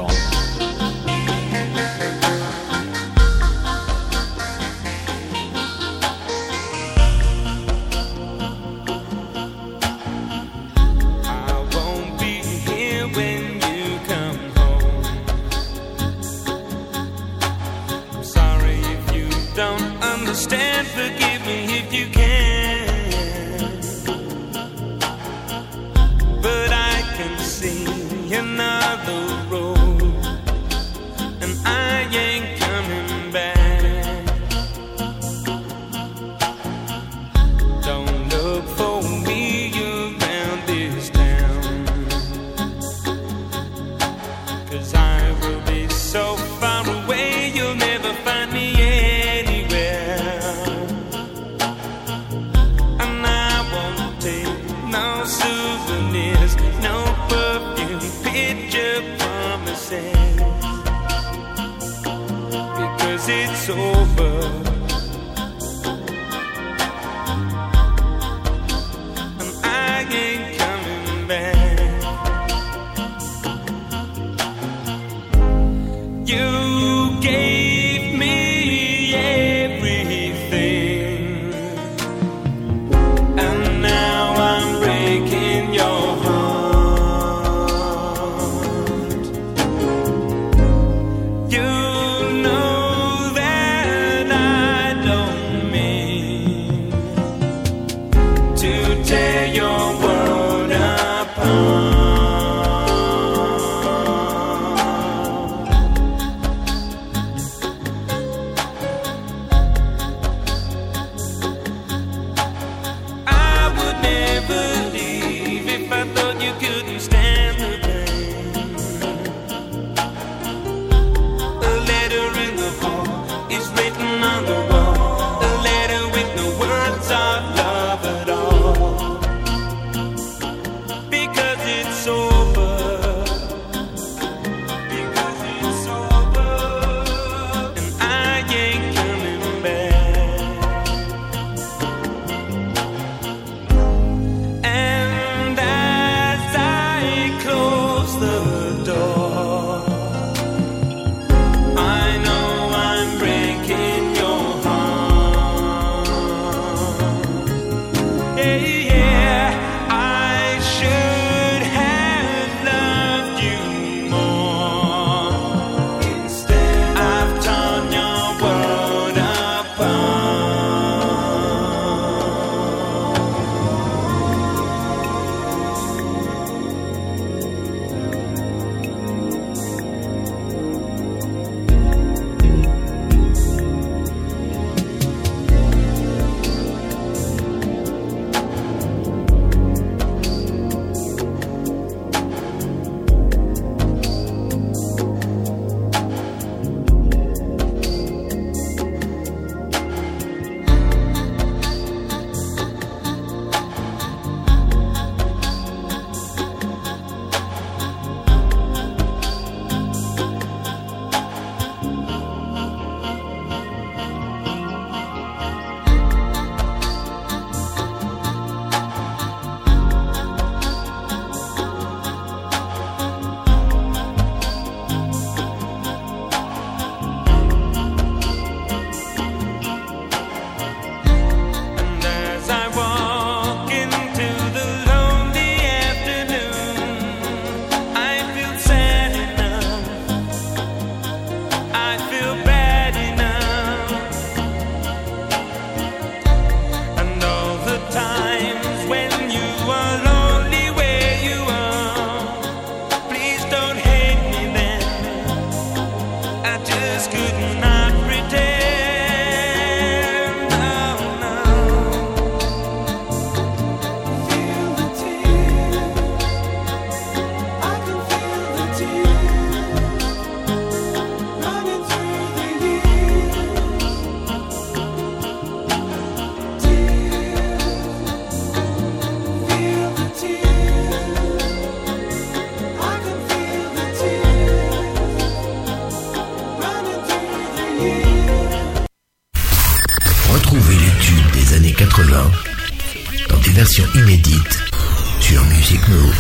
version inédite sur Music Move.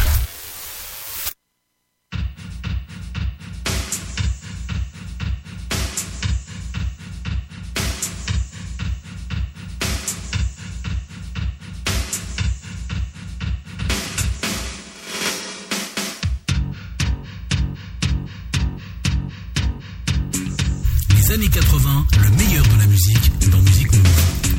Les années 80, le meilleur de la musique dans Music Move.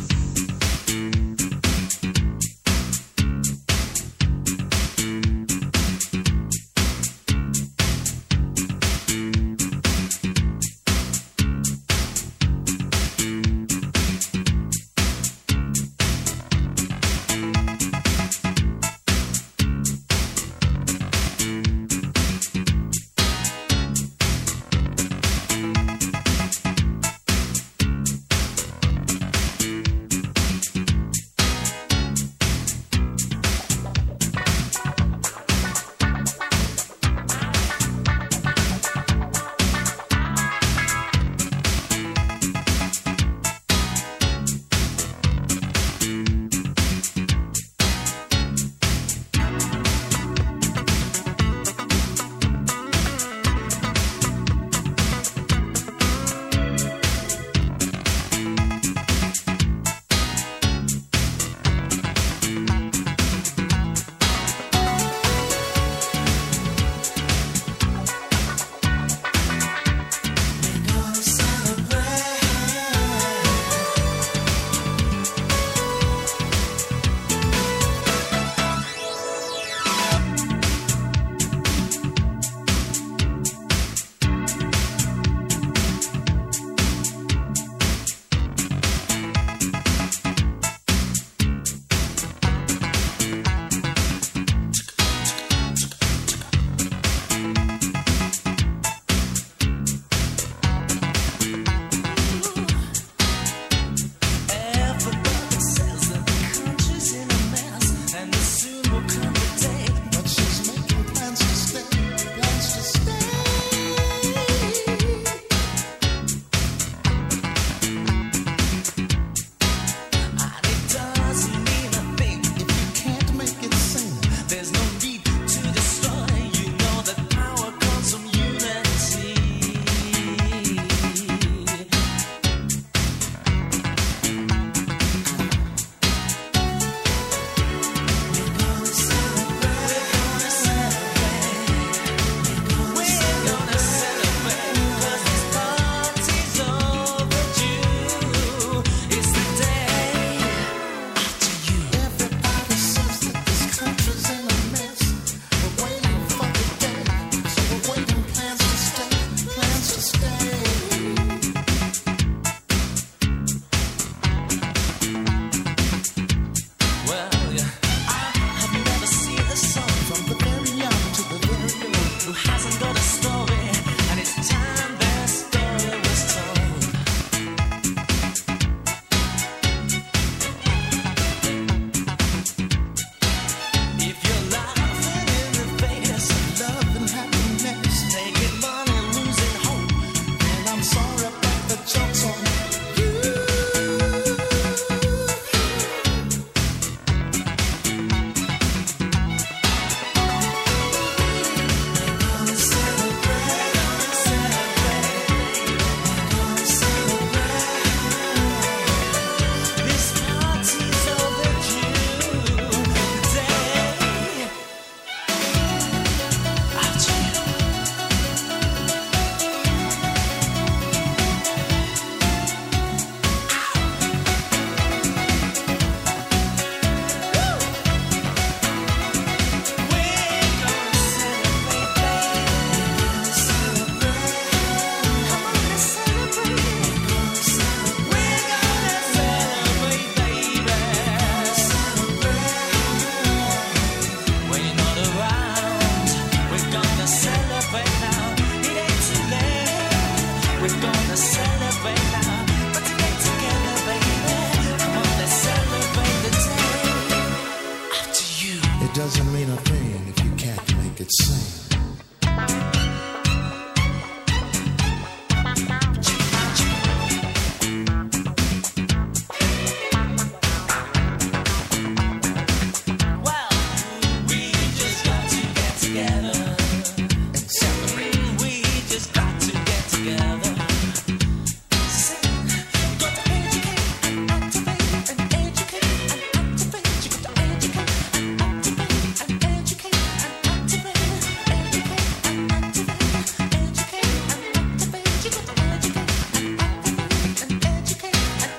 doesn't mean a thing if you can't make it sing.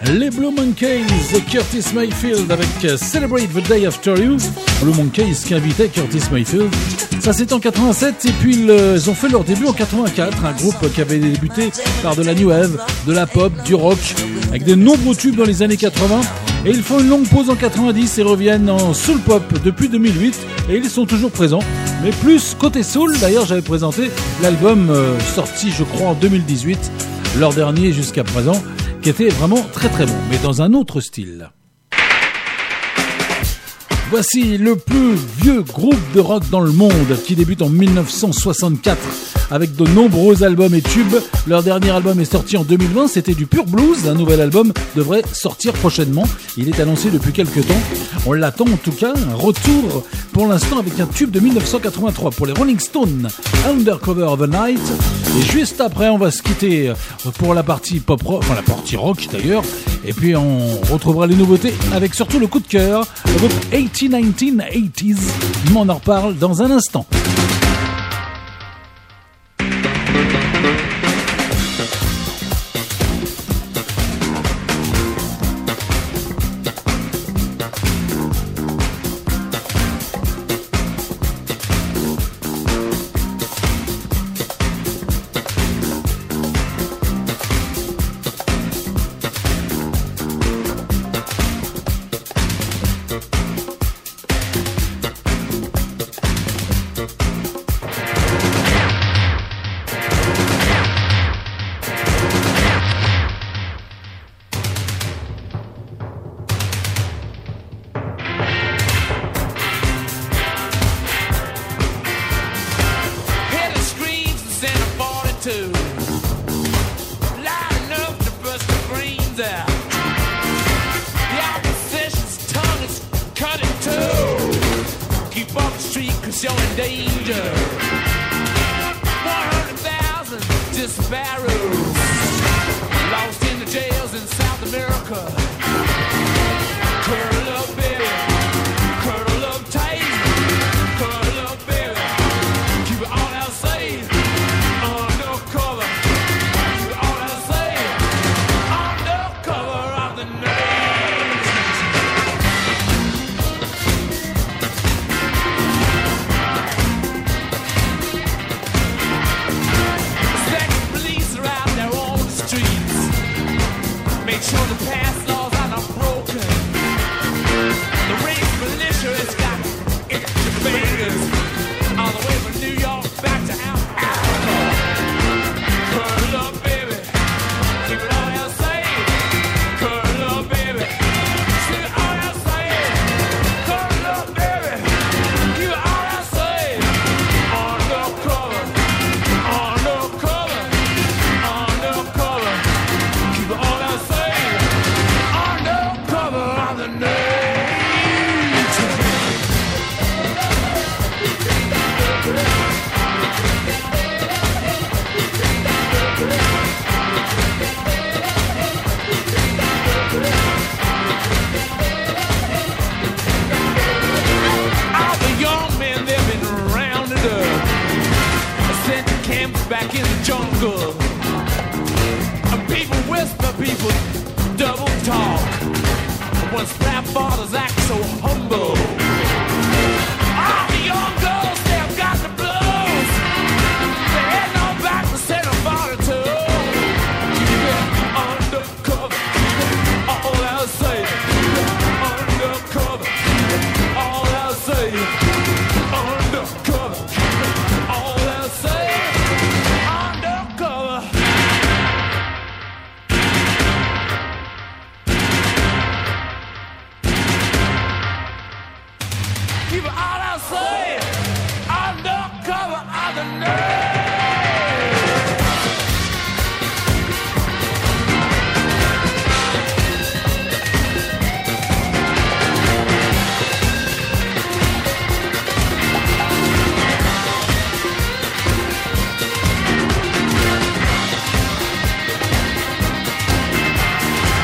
Les Blue Monkeys et Curtis Mayfield avec Celebrate the Day After You. Blue Monkeys qui invitait Curtis Mayfield. Ça c'est en 87 et puis ils ont fait leur début en 84. Un groupe qui avait débuté par de la new wave, de la pop, du rock, avec de nombreux tubes dans les années 80. Et ils font une longue pause en 90 et reviennent en soul pop depuis 2008. Et ils sont toujours présents, mais plus côté soul. D'ailleurs j'avais présenté l'album sorti je crois en 2018, leur dernier jusqu'à présent, qui était vraiment très très bon, mais dans un autre style. Voici le plus vieux groupe de rock dans le monde qui débute en 1964 avec de nombreux albums et tubes. Leur dernier album est sorti en 2020, c'était du pur blues. Un nouvel album devrait sortir prochainement. Il est annoncé depuis quelques temps. On l'attend en tout cas. Un retour pour l'instant avec un tube de 1983 pour les Rolling Stones, Undercover of the Night. Et juste après, on va se quitter pour la partie pop rock, enfin la partie rock d'ailleurs. Et puis on retrouvera les nouveautés avec surtout le coup de cœur, le groupe 1980s. On en reparle dans un instant.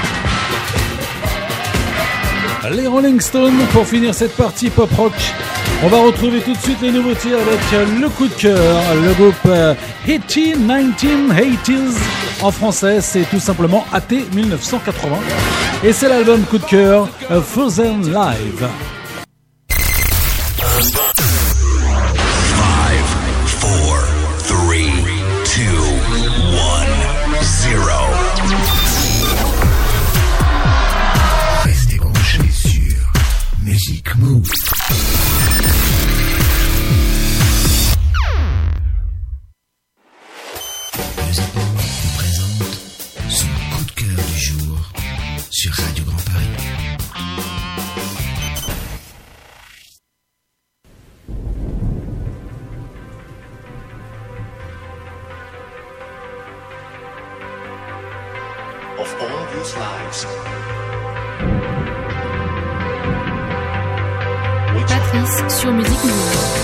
Les Rolling Stones pour finir cette partie pop rock On va retrouver tout de suite les nouveautés avec le coup de cœur, le groupe Hitty 1980s. En français, c'est tout simplement AT 1980. Et c'est l'album coup de cœur, A Frozen Live. 5, 4, 3, 2, 1, 0. Restez branchés sur Music Move. Music Move vous présente son coup de cœur du jour sur Radio Grand Paris. Of all these lives, which Patrice sur Musique Move.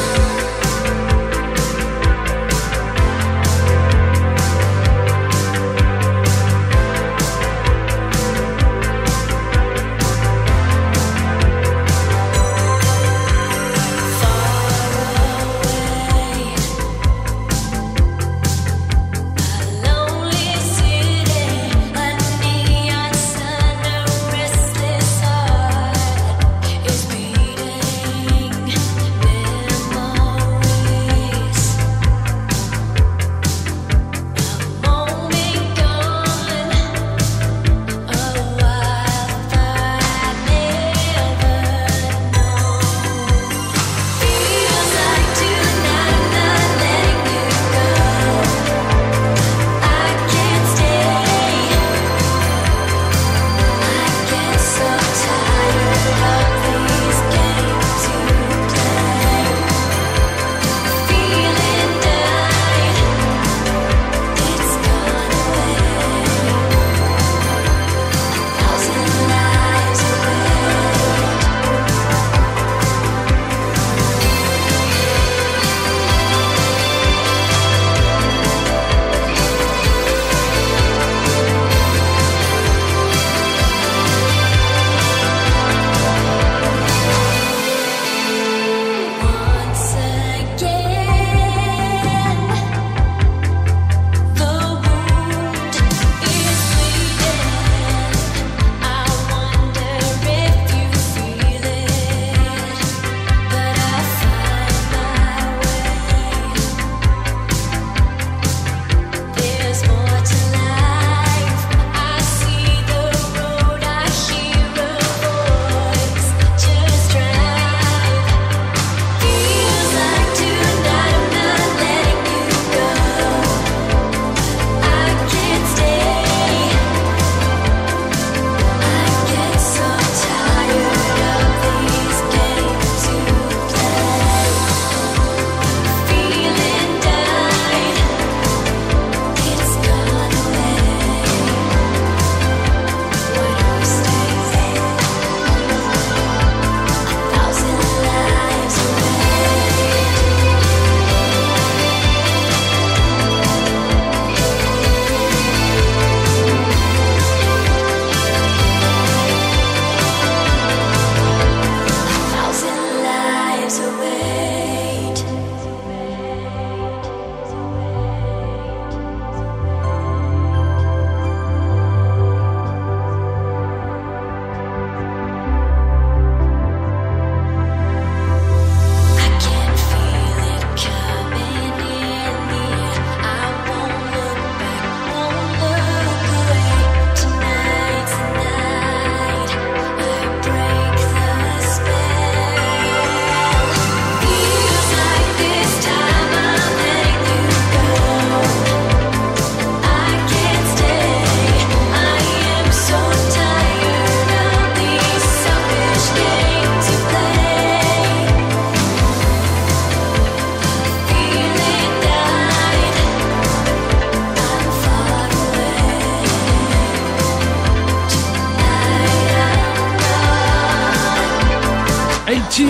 Hitty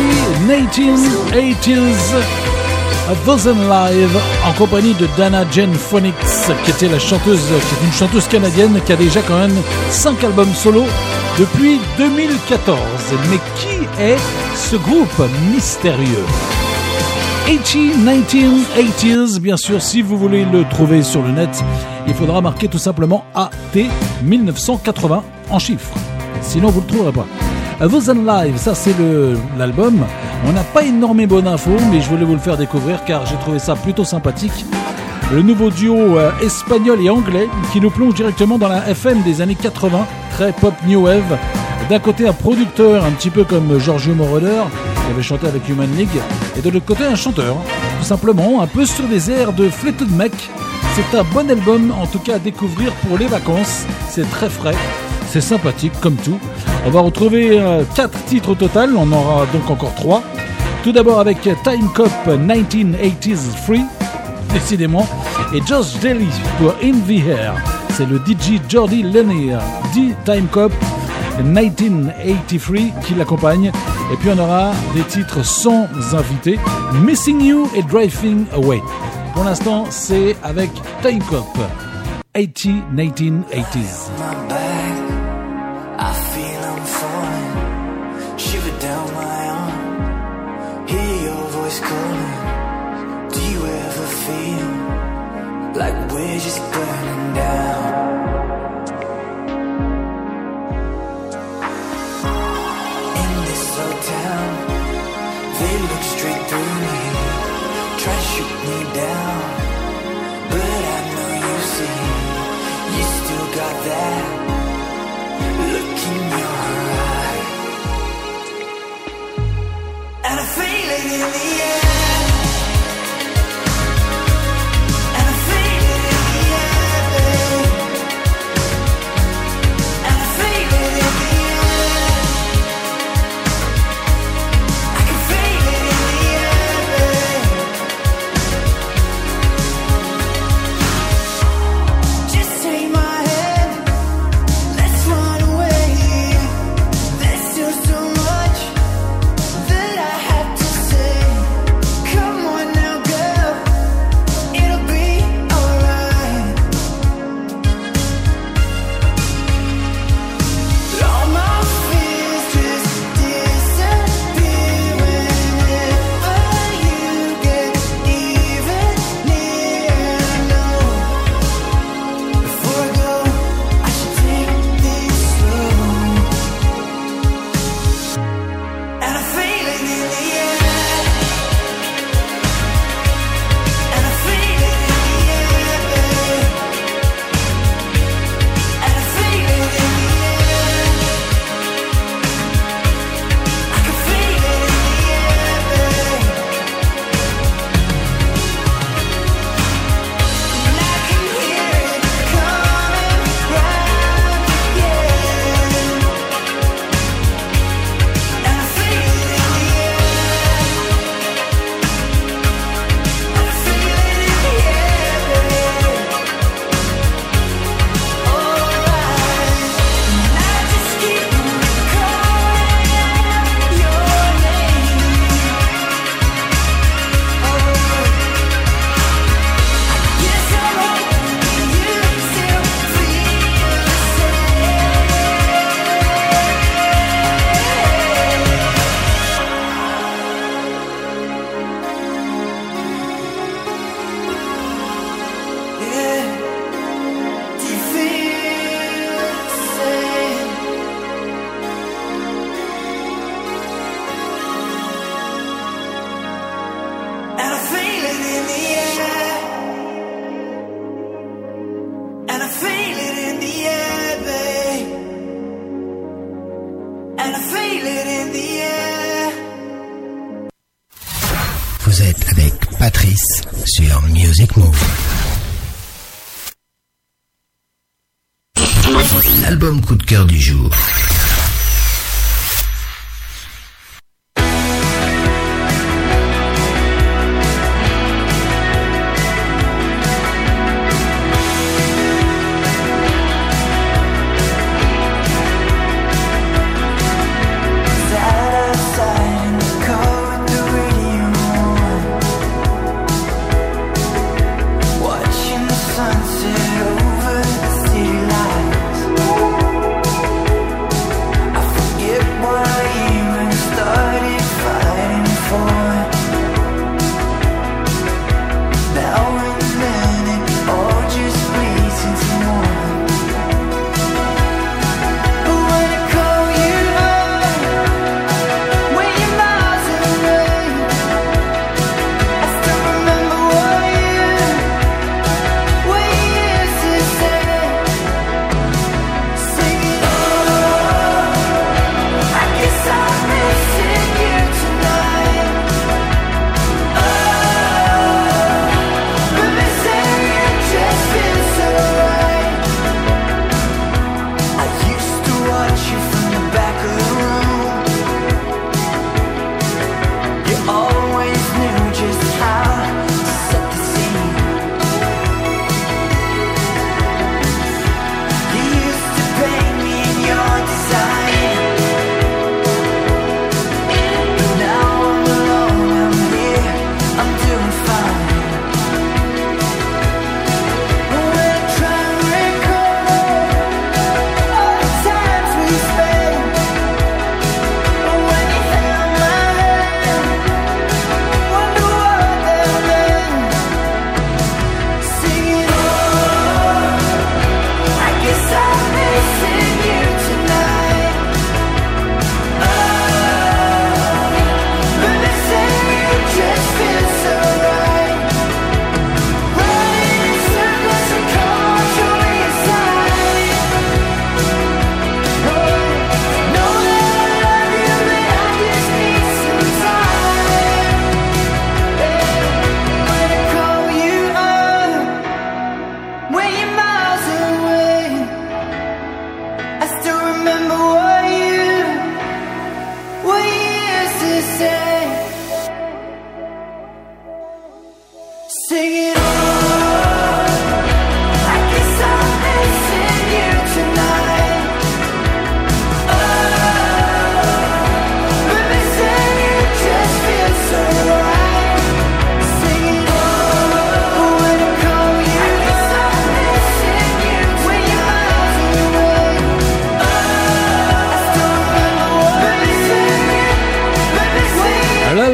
1980s, A Dozen Live, en compagnie de Dana Jane Phoenix, qui était une chanteuse canadienne qui a déjà quand même 5 albums solo depuis 2014. Mais qui est ce groupe mystérieux. 1980s, bien sûr, si vous voulez le trouver sur le net, il faudra marquer tout simplement AT 1980 en chiffres. Sinon, vous ne le trouverez pas. Those and Live, ça c'est l'album. On n'a pas énormément d'infos, mais je voulais vous le faire découvrir car j'ai trouvé ça plutôt sympathique. Le nouveau duo espagnol et anglais qui nous plonge directement dans la FM des années 80, très pop new wave. D'un côté un producteur un petit peu comme Giorgio Moroder qui avait chanté avec Human League, et de l'autre côté un chanteur, tout simplement un peu sur des airs de Fleetwood Mac. C'est un bon album en tout cas à découvrir pour les vacances, c'est très frais, c'est sympathique comme tout. On va retrouver 4 titres au total, on en aura donc encore 3. Tout d'abord avec Time Cop 1980s Free, décidément, et Josh Daly pour In the Air. C'est le DJ Jordi Lanier, dit Time Cop 1983 qui l'accompagne. Et puis on aura des titres sans invité, Missing You et Driving Away. Pour l'instant, c'est avec Time Cop 1980s. I feel I'm falling, shiver down my arm, hear your voice calling. Do you ever feel like we're just burning down? In this old town, they look straight through me, try to shoot me down, but I know you see, you still got that look in your eye, and I feel it in the air, and I feel it in the air, babe. And I feel it in the air, I can feel it in the air, babe. Just take my hand, let's run away. There's still so much that I have to say. Come on now, girl, it'll be alright. All my fears just disappear whenever you get even near. No, before I go, I should take this slow. And I feel it in the air, and I feel it in the air, babe. And I feel it in the air, I can feel it in the air, babe. And I can hear it coming round again. And I feel it in the air, and I feel it in the air, babe. Alright, and I just keep calling your name. I guess I'm hoping you still feel the same. Yeah, do you feel the same? And I feel it in the air, and I feel it in the air, babe. And I feel it in the air. Vous êtes avec Patrice sur Music Move. L'album coup de cœur du jour. Side by side in the car with the radio on, watching the sunset over the city lights. I forget what I even started.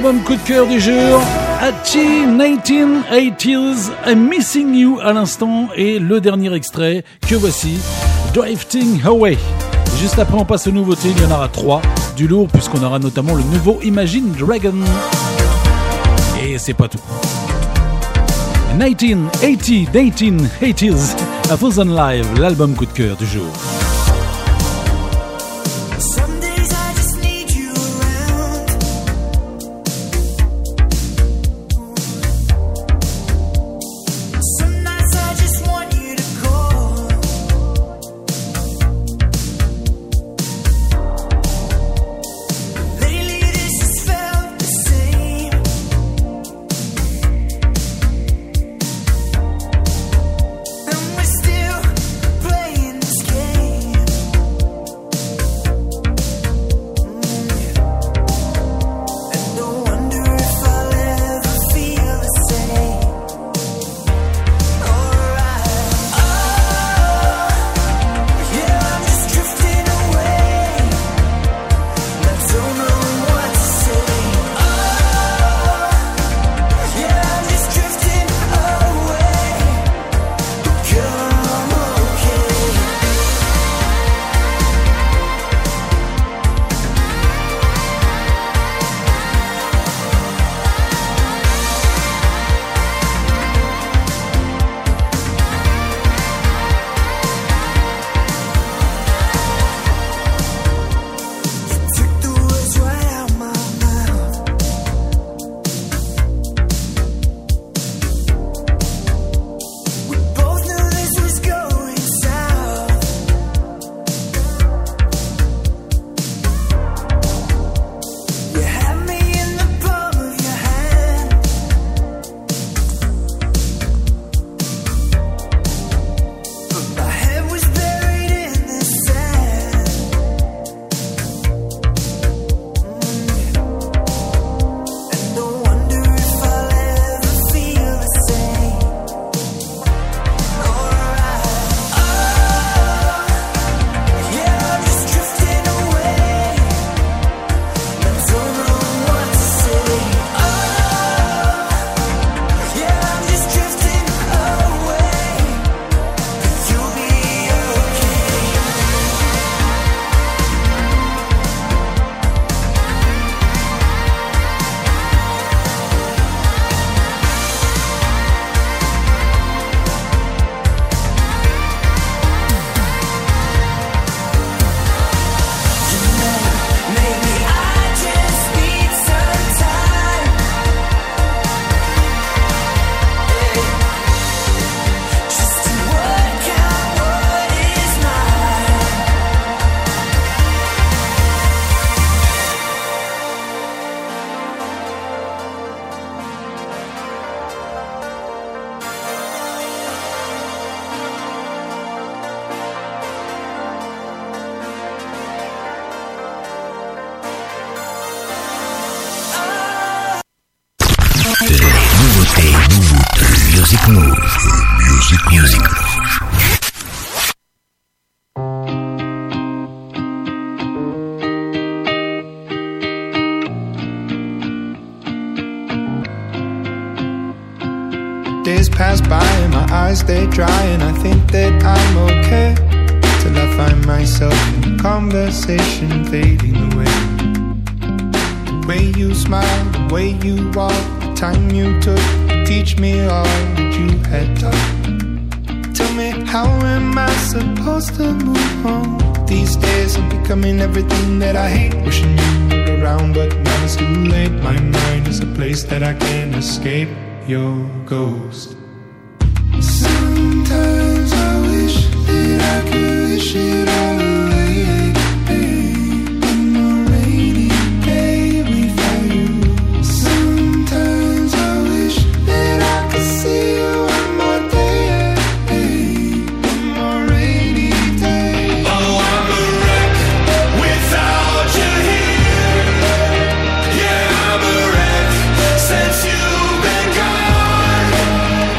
l'album coup de cœur du jour, Hachi 1980's, I'm Missing You à l'instant, et le dernier extrait que voici, Drifting Away. Juste après on passe aux nouveautés, il y en aura 3 du lourd puisqu'on aura notamment le nouveau Imagine Dragon. Et c'est pas tout. 1980's, A Thousand Live, l'album coup de cœur du jour. Music Move. Music Move. Days pass by and my eyes they dry, and I think that I'm okay till I find myself in conversation fading away. The way you smile, the way you walk, the time you took to teach me all that you had taught. Tell me, how am I supposed to move on? These days I'm becoming everything that I hate. Wishing you were around, but now it's too late. My mind is a place that I can't escape your ghost. Sometimes I wish that I could wish it all away. One more rainy day without you. Sometimes I wish that I could see you one more day. One more rainy day. Oh, I'm a wreck without you here. Yeah, I'm a wreck since you've been gone.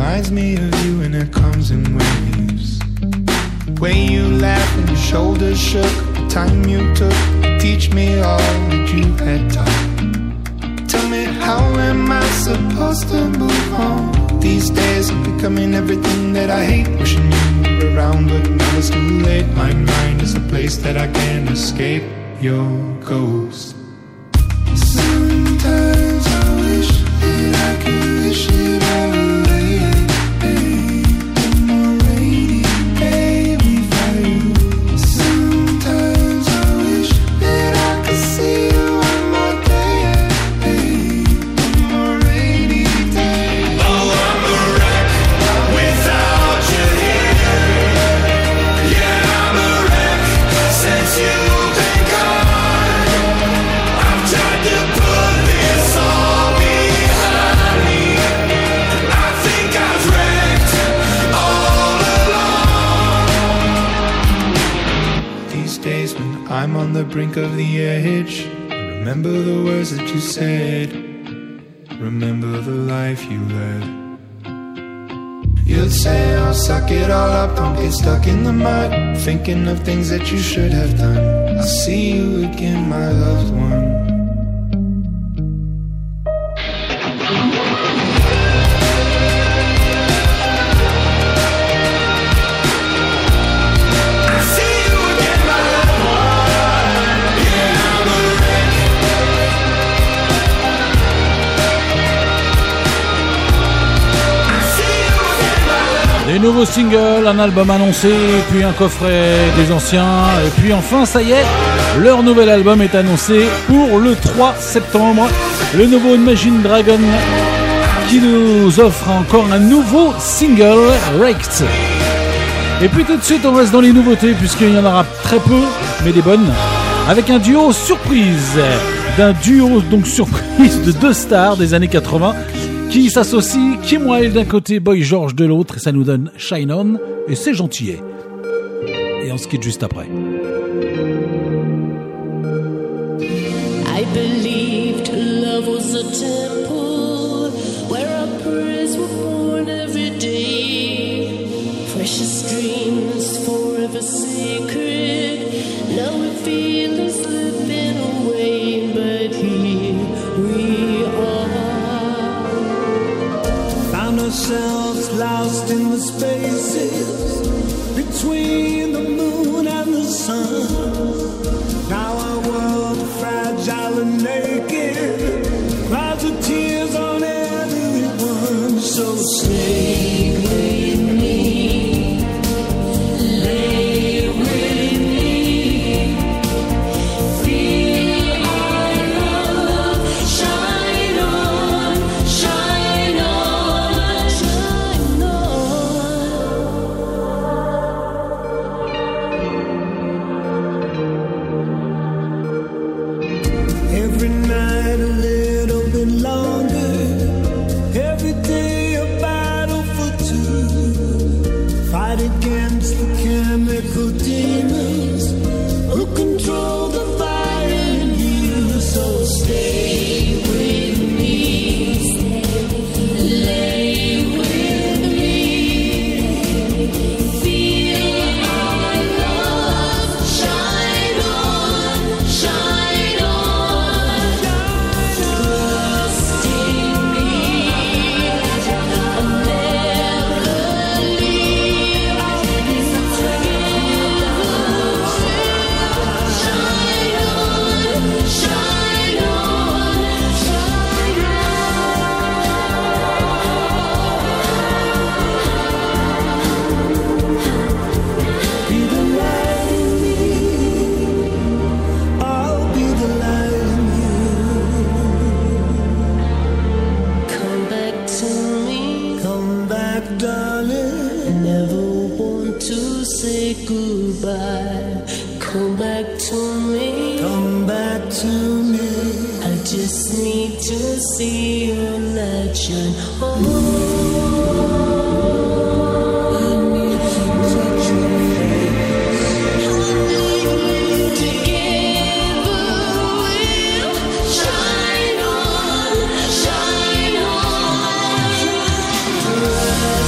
reminds me of you and it comes in waves. The way you laughed and your shoulders shook, the time you took to teach me all that you had taught. Tell me, how am I supposed to move on? These days I'm becoming everything that I hate. Wishing you were around, but now it's too late. My mind is a place that I can't escape your ghost. Sometimes I wish that I could wish it all away. One more rainy day without you. Sometimes I wish that I could see you one more day. One more rainy day. Oh, I'm a wreck without you here. Yeah, I'm a wreck since you've been gone. I've tried to put this all behind me. I think I've wrecked all along. These days when I'm on the brink of the edge, I remember the words that you said. Remember the life you led. You'd say, oh, suck it all up, don't get stuck in the mud, thinking of things that you should have done. I'll see you again, my loved one. I see you again, my loved one. Yeah, I'm a wreck. I see you again, my loved one. Des nouveaux singles, un album annoncé, puis un coffret des anciens, et puis enfin, ça y est, leur nouvel album est annoncé pour le 3 septembre. Le nouveau Imagine Dragon qui nous offre encore un nouveau single, Wrecked. Et puis tout de suite, on reste dans les nouveautés, puisqu'il y en aura très peu, mais des bonnes, avec un duo surprise, d'un duo donc surprise de deux stars des années 80, qui s'associent, Kim Wilde d'un côté, Boy George de l'autre, et ça nous donne Shine On, et c'est gentillet. Et on se quitte juste après. I believed love was a temple where our prayers were born every day. Precious dreams forever sacred. Now we feel it slipping away, but here we are. Found ourselves lost in the spaces between the moon and the sun. Now our world fragile and naked, clouds of tears on everyone. So stay with me, lay with me, feel our love, shine on, shine on, shine on. Every night a little bit longer, every day a battle for two. Fight against the chemical demons who control the fire in you. So stay with me, lay with me, feel our love, shine on, shine on. Trusting me, I'll never leave. Shine on, shine on, shine on. Be the light in me, I'll be the light in you. Come back to me, Come back, darling. never want to say goodbye. Come back to me, Come back to me. I just need to see your light shine on. I need to touch your face. Together we'll shine on, shine on.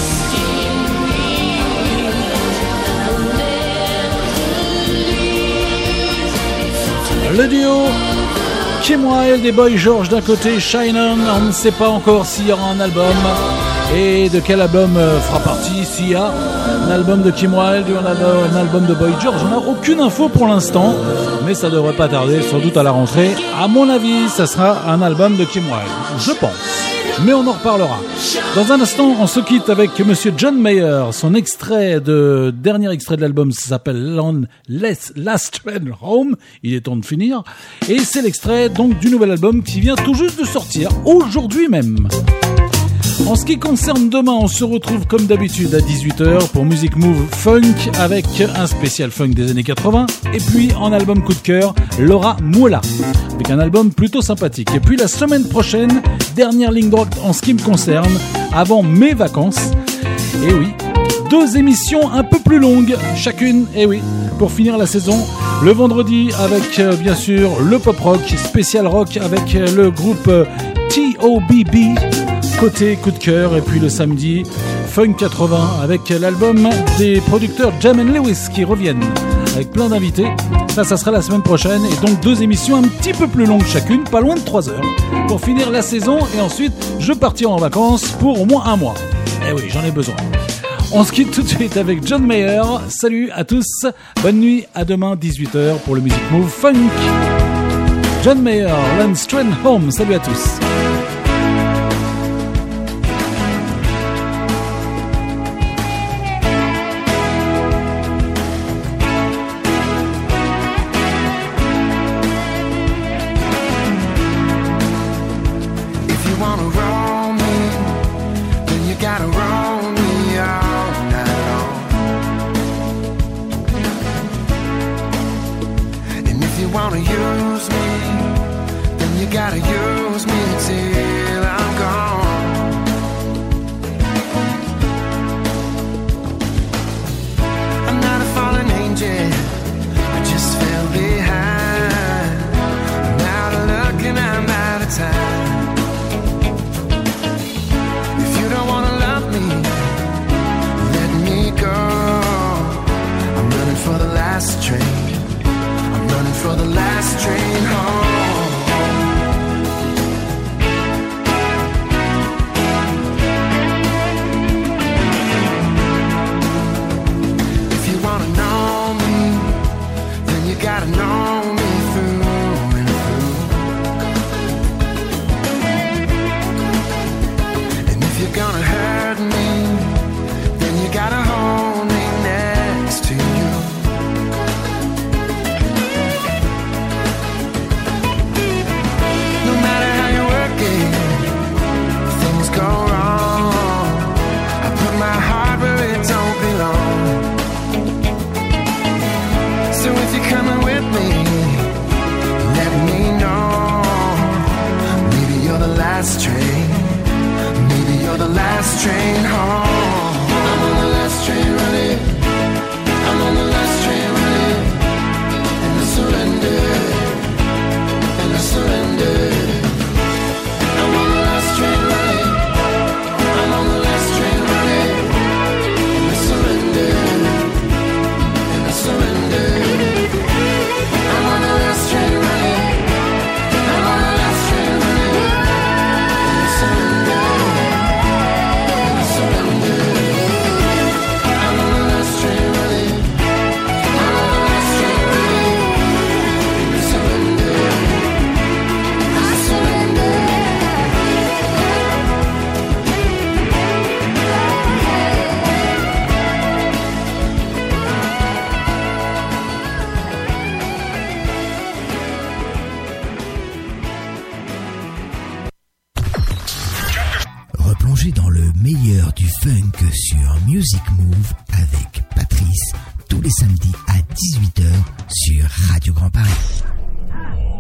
le duo Kim Wilde et Boy George d'un côté, Shine On. On ne sait pas encore s'il y aura un album et de quel album fera partie, s'il y a un album de Kim Wilde ou un album de Boy George. On n'a aucune info pour l'instant, mais ça devrait pas tarder, sans doute à la rentrée. À mon avis, ça sera un album de Kim Wilde, je pense. Mais on en reparlera. Dans un instant, on se quitte avec Monsieur John Mayer. Son dernier extrait de l'album s'appelle Last Train Home. Il est temps de finir. Et c'est l'extrait donc du nouvel album qui vient tout juste de sortir, aujourd'hui même. En ce qui concerne demain, on se retrouve comme d'habitude à 18h pour Music Move Funk avec un spécial funk des années 80 et puis en album coup de cœur, Laura Moula avec un album plutôt sympathique. Et puis la semaine prochaine, dernière ligne droite en ce qui me concerne, avant mes vacances. Et oui, 2 émissions un peu plus longues chacune, et oui, pour finir la saison. Le vendredi avec bien sûr le pop rock, spécial rock avec le groupe TOBB. Côté coup de cœur, et puis le samedi Funk 80 avec l'album des producteurs Jam & Lewis qui reviennent avec plein d'invités. Ça sera la semaine prochaine, et donc 2 émissions un petit peu plus longues chacune, pas loin de 3 heures pour finir la saison, et ensuite je partirai en vacances pour au moins 1 mois. Eh oui, j'en ai besoin. On se quitte tout de suite avec John Mayer. Salut à tous, bonne nuit, à demain 18h pour le Music Move Funk. John Mayer, Last Train Home, salut à tous. Dans le meilleur du funk sur Music Move avec Patrice tous les samedis à 18h sur Radio Grand Paris.